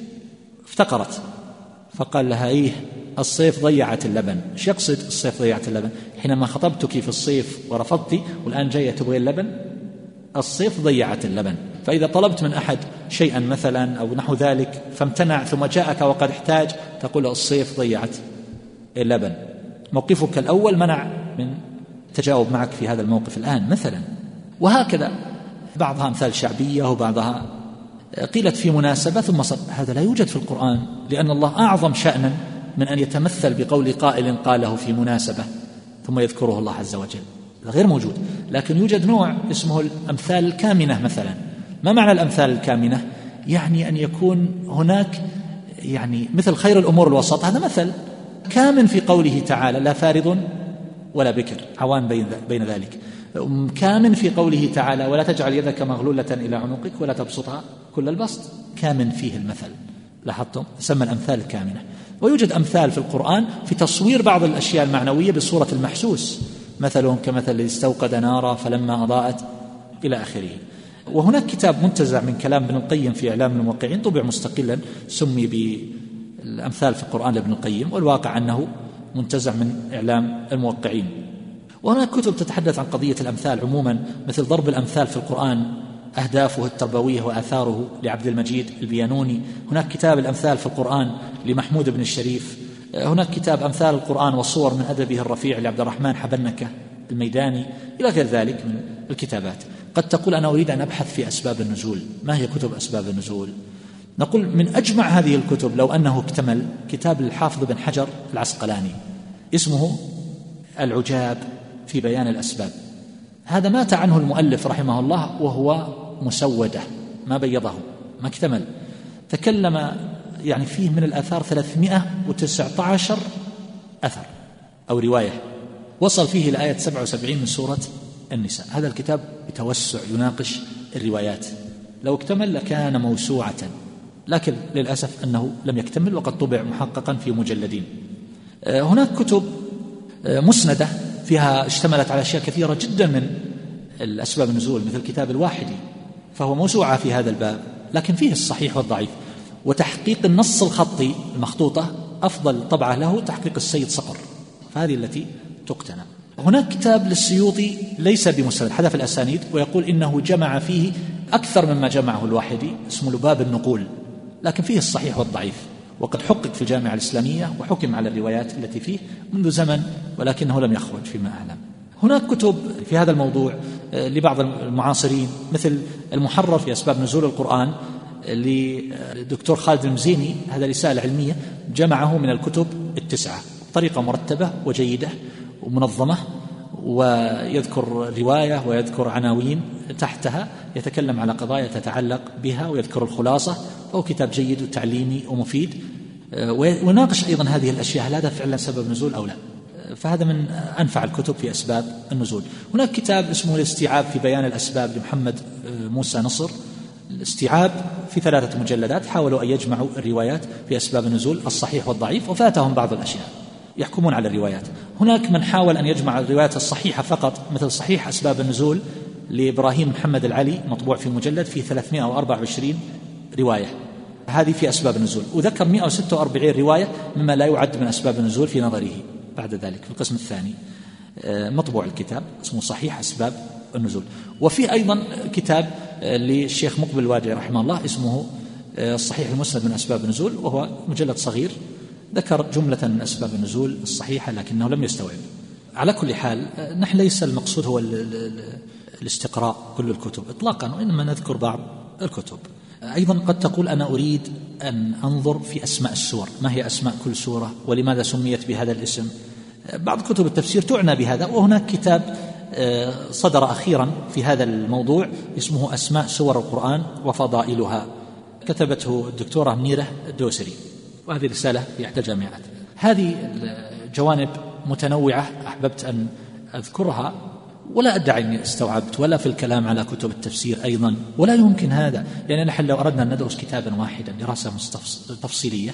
افتقرت، فقال لها الصيف ضيعت اللبن. ايش يقصد الصيف ضيعت اللبن؟ حينما خطبتك في الصيف ورفضتي والآن جاية تبغي اللبن، الصيف ضيعت اللبن. فإذا طلبت من أحد شيئا مثلا أو نحو ذلك فامتنع ثم جاءك وقد احتاج، تقول الصيف ضيعت اللبن. موقفك الأول منع من تجاوب معك في هذا الموقف الآن مثلا. وهكذا بعضها أمثال شعبية وبعضها قيلت في مناسبة ثم هذا لا يوجد في القرآن، لأن الله أعظم شأنا من أن يتمثل بقول قائل قاله في مناسبة ثم يذكره الله عز وجل، هذا غير موجود. لكن يوجد نوع اسمه الأمثال الكامنة مثلا. ما معنى الأمثال الكامنة؟ أن يكون هناك مثل خير الأمور الوسط، هذا مثل كامن في قوله تعالى لا فارض ولا بكر، عوان بين ذلك. كامن في قوله تعالى ولا تجعل يدك مغلولة إلى عنقك ولا تبسطها كل البسط، كامن فيه المثل، لاحظتم؟ تسمى الأمثال الكامنة. ويوجد أمثال في القرآن في تصوير بعض الأشياء المعنوية بصورة المحسوس، مثلهم كمثل الذي استوقد نارا فلما أضاءت إلى آخره. وهناك كتاب منتزع من كلام ابن القيم في إعلام الموقعين، طبع مستقلا، سمي بالأمثال في القرآن لابن القيم، والواقع أنه منتزع من إعلام الموقعين. وهناك كتب تتحدث عن قضية الأمثال عموما، مثل ضرب الأمثال في القرآن أهدافه التربوية وآثاره لعبد المجيد البيانوني. هناك كتاب الأمثال في القرآن لمحمود بن الشريف. هناك كتاب أمثال القرآن والصور من أدبه الرفيع لعبد الرحمن حبنكة الميداني، إلى غير ذلك من الكتابات. قد تقول أنا أريد أن أبحث في أسباب النزول، ما هي كتب أسباب النزول؟ نقول من أجمع هذه الكتب لو أنه اكتمل كتاب الحافظ بن حجر العسقلاني اسمه العجاب في بيان الأسباب. هذا مات عنه المؤلف رحمه الله وهو مسودة، ما بيضه، ما اكتمل. تكلم يعني فيه من الآثار 319 أثر أو رواية، وصل فيه إلى آية 77 من سورة النساء. هذا الكتاب بتوسع يناقش الروايات، لو اكتمل لكان موسوعة، لكن للأسف أنه لم يكتمل وقد طبع محققا في مجلدين. هناك كتب مسندة فيها اشتملت على أشياء كثيرة جدا من الأسباب النزول، مثل كتاب الواحدي، فهو موسوعة في هذا الباب، لكن فيه الصحيح والضعيف. وتحقيق النص الخطي المخطوطة أفضل طبعة له تحقيق السيد صقر، فهذه التي تقتنى. هناك كتاب للسيوطي ليس بمسند، حذف الأسانيد، ويقول إنه جمع فيه أكثر مما جمعه الواحدي، اسمه لباب النقول، لكن فيه الصحيح والضعيف، وقد حقق في الجامعة الإسلامية وحكم على الروايات التي فيه منذ زمن، ولكنه لم يخرج فيما أعلم. هناك كتب في هذا الموضوع لبعض المعاصرين، مثل المحرر في أسباب نزول القرآن للدكتور خالد المزيني، هذا رسالة علمية جمعه من الكتب 9 بطريقة مرتبة وجيدة ومنظمة، ويذكر رواية ويذكر عناوين تحتها، يتكلم على قضايا تتعلق بها ويذكر الخلاصة، فهو كتاب جيد وتعليمي ومفيد، وناقش أيضا هذه الأشياء، هل هذا فعلا سبب نزول أو لا. فهذا من أنفع الكتب في أسباب النزول. هناك كتاب اسمه الاستيعاب في بيان الأسباب لمحمد موسى نصر، الاستيعاب في 3 مجلدات، حاولوا أن يجمعوا الروايات في أسباب النزول الصحيح والضعيف، وفاتهم بعض الأشياء، يحكمون على الروايات. هناك من حاول أن يجمع الروايات الصحيحة فقط، مثل صحيح أسباب النزول لإبراهيم محمد العلي، مطبوع في مجلد فيه 324 رواية، هذه في أسباب النزول، وذكر 146 رواية مما لا يعد من أسباب النزول في نظره. بعد ذلك في القسم الثاني مطبوع الكتاب اسمه صحيح أسباب النزول. وفي أيضا كتاب للشيخ مقبل الوادعي رحمه الله اسمه الصحيح المسند من أسباب النزول، وهو مجلد صغير، ذكر جملة من أسباب النزول الصحيحة لكنه لم يستوعب. على كل حال نحن ليس المقصود هو الاستقراء كل الكتب إطلاقا، وإنما نذكر بعض الكتب. أيضا قد تقول أنا أريد أن أنظر في أسماء السور، ما هي أسماء كل سورة ولماذا سميت بهذا الاسم. بعض كتب التفسير تعنى بهذا، وهناك كتاب صدر أخيرا في هذا الموضوع اسمه أسماء سور القرآن وفضائلها، كتبته الدكتورة منيرة الدوسري، وهذه رسالة في إحدى الجامعات. هذه جوانب متنوعة أحببت أن أذكرها، ولا أدعي أني استوعبت، ولا في الكلام على كتب التفسير أيضا، ولا يمكن هذا، يعني نحن لو أردنا أن ندرس كتابا واحدا دراسة تفصيلية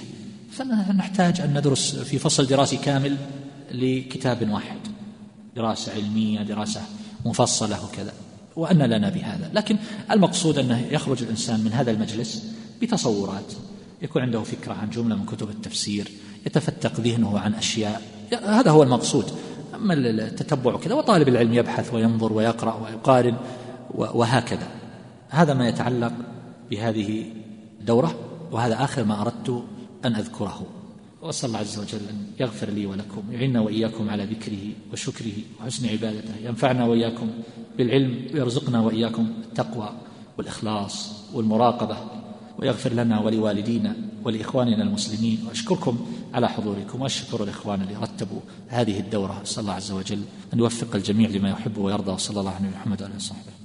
فنحتاج أن ندرس في فصل دراسي كامل لكتاب واحد، دراسة علمية، دراسة مفصلة وكذا، وأن لنا بهذا. لكن المقصود أنه يخرج الإنسان من هذا المجلس بتصورات، يكون عنده فكرة عن جملة من كتب التفسير، يتفتق ذهنه عن أشياء، هذا هو المقصود. أما التتبع كذا، وطالب العلم يبحث وينظر ويقرأ ويقارن وهكذا. هذا ما يتعلق بهذه الدورة، وهذا آخر ما أردت أن أذكره. وأسأل الله عز وجل أن يغفر لي ولكم، يعيننا وإياكم على ذكره وشكره وحسن عبادته، ينفعنا وإياكم بالعلم، ويرزقنا وإياكم التقوى والإخلاص والمراقبة، ويغفر لنا ولوالدينا ولإخواننا المسلمين. وأشكركم على حضوركم، وأشكر الإخوان اللي رتبوا هذه الدورة. أسأل الله عز وجل أن يوفق الجميع لما يحب ويرضى، وصلى الله على محمد وعلى آله وصحبه.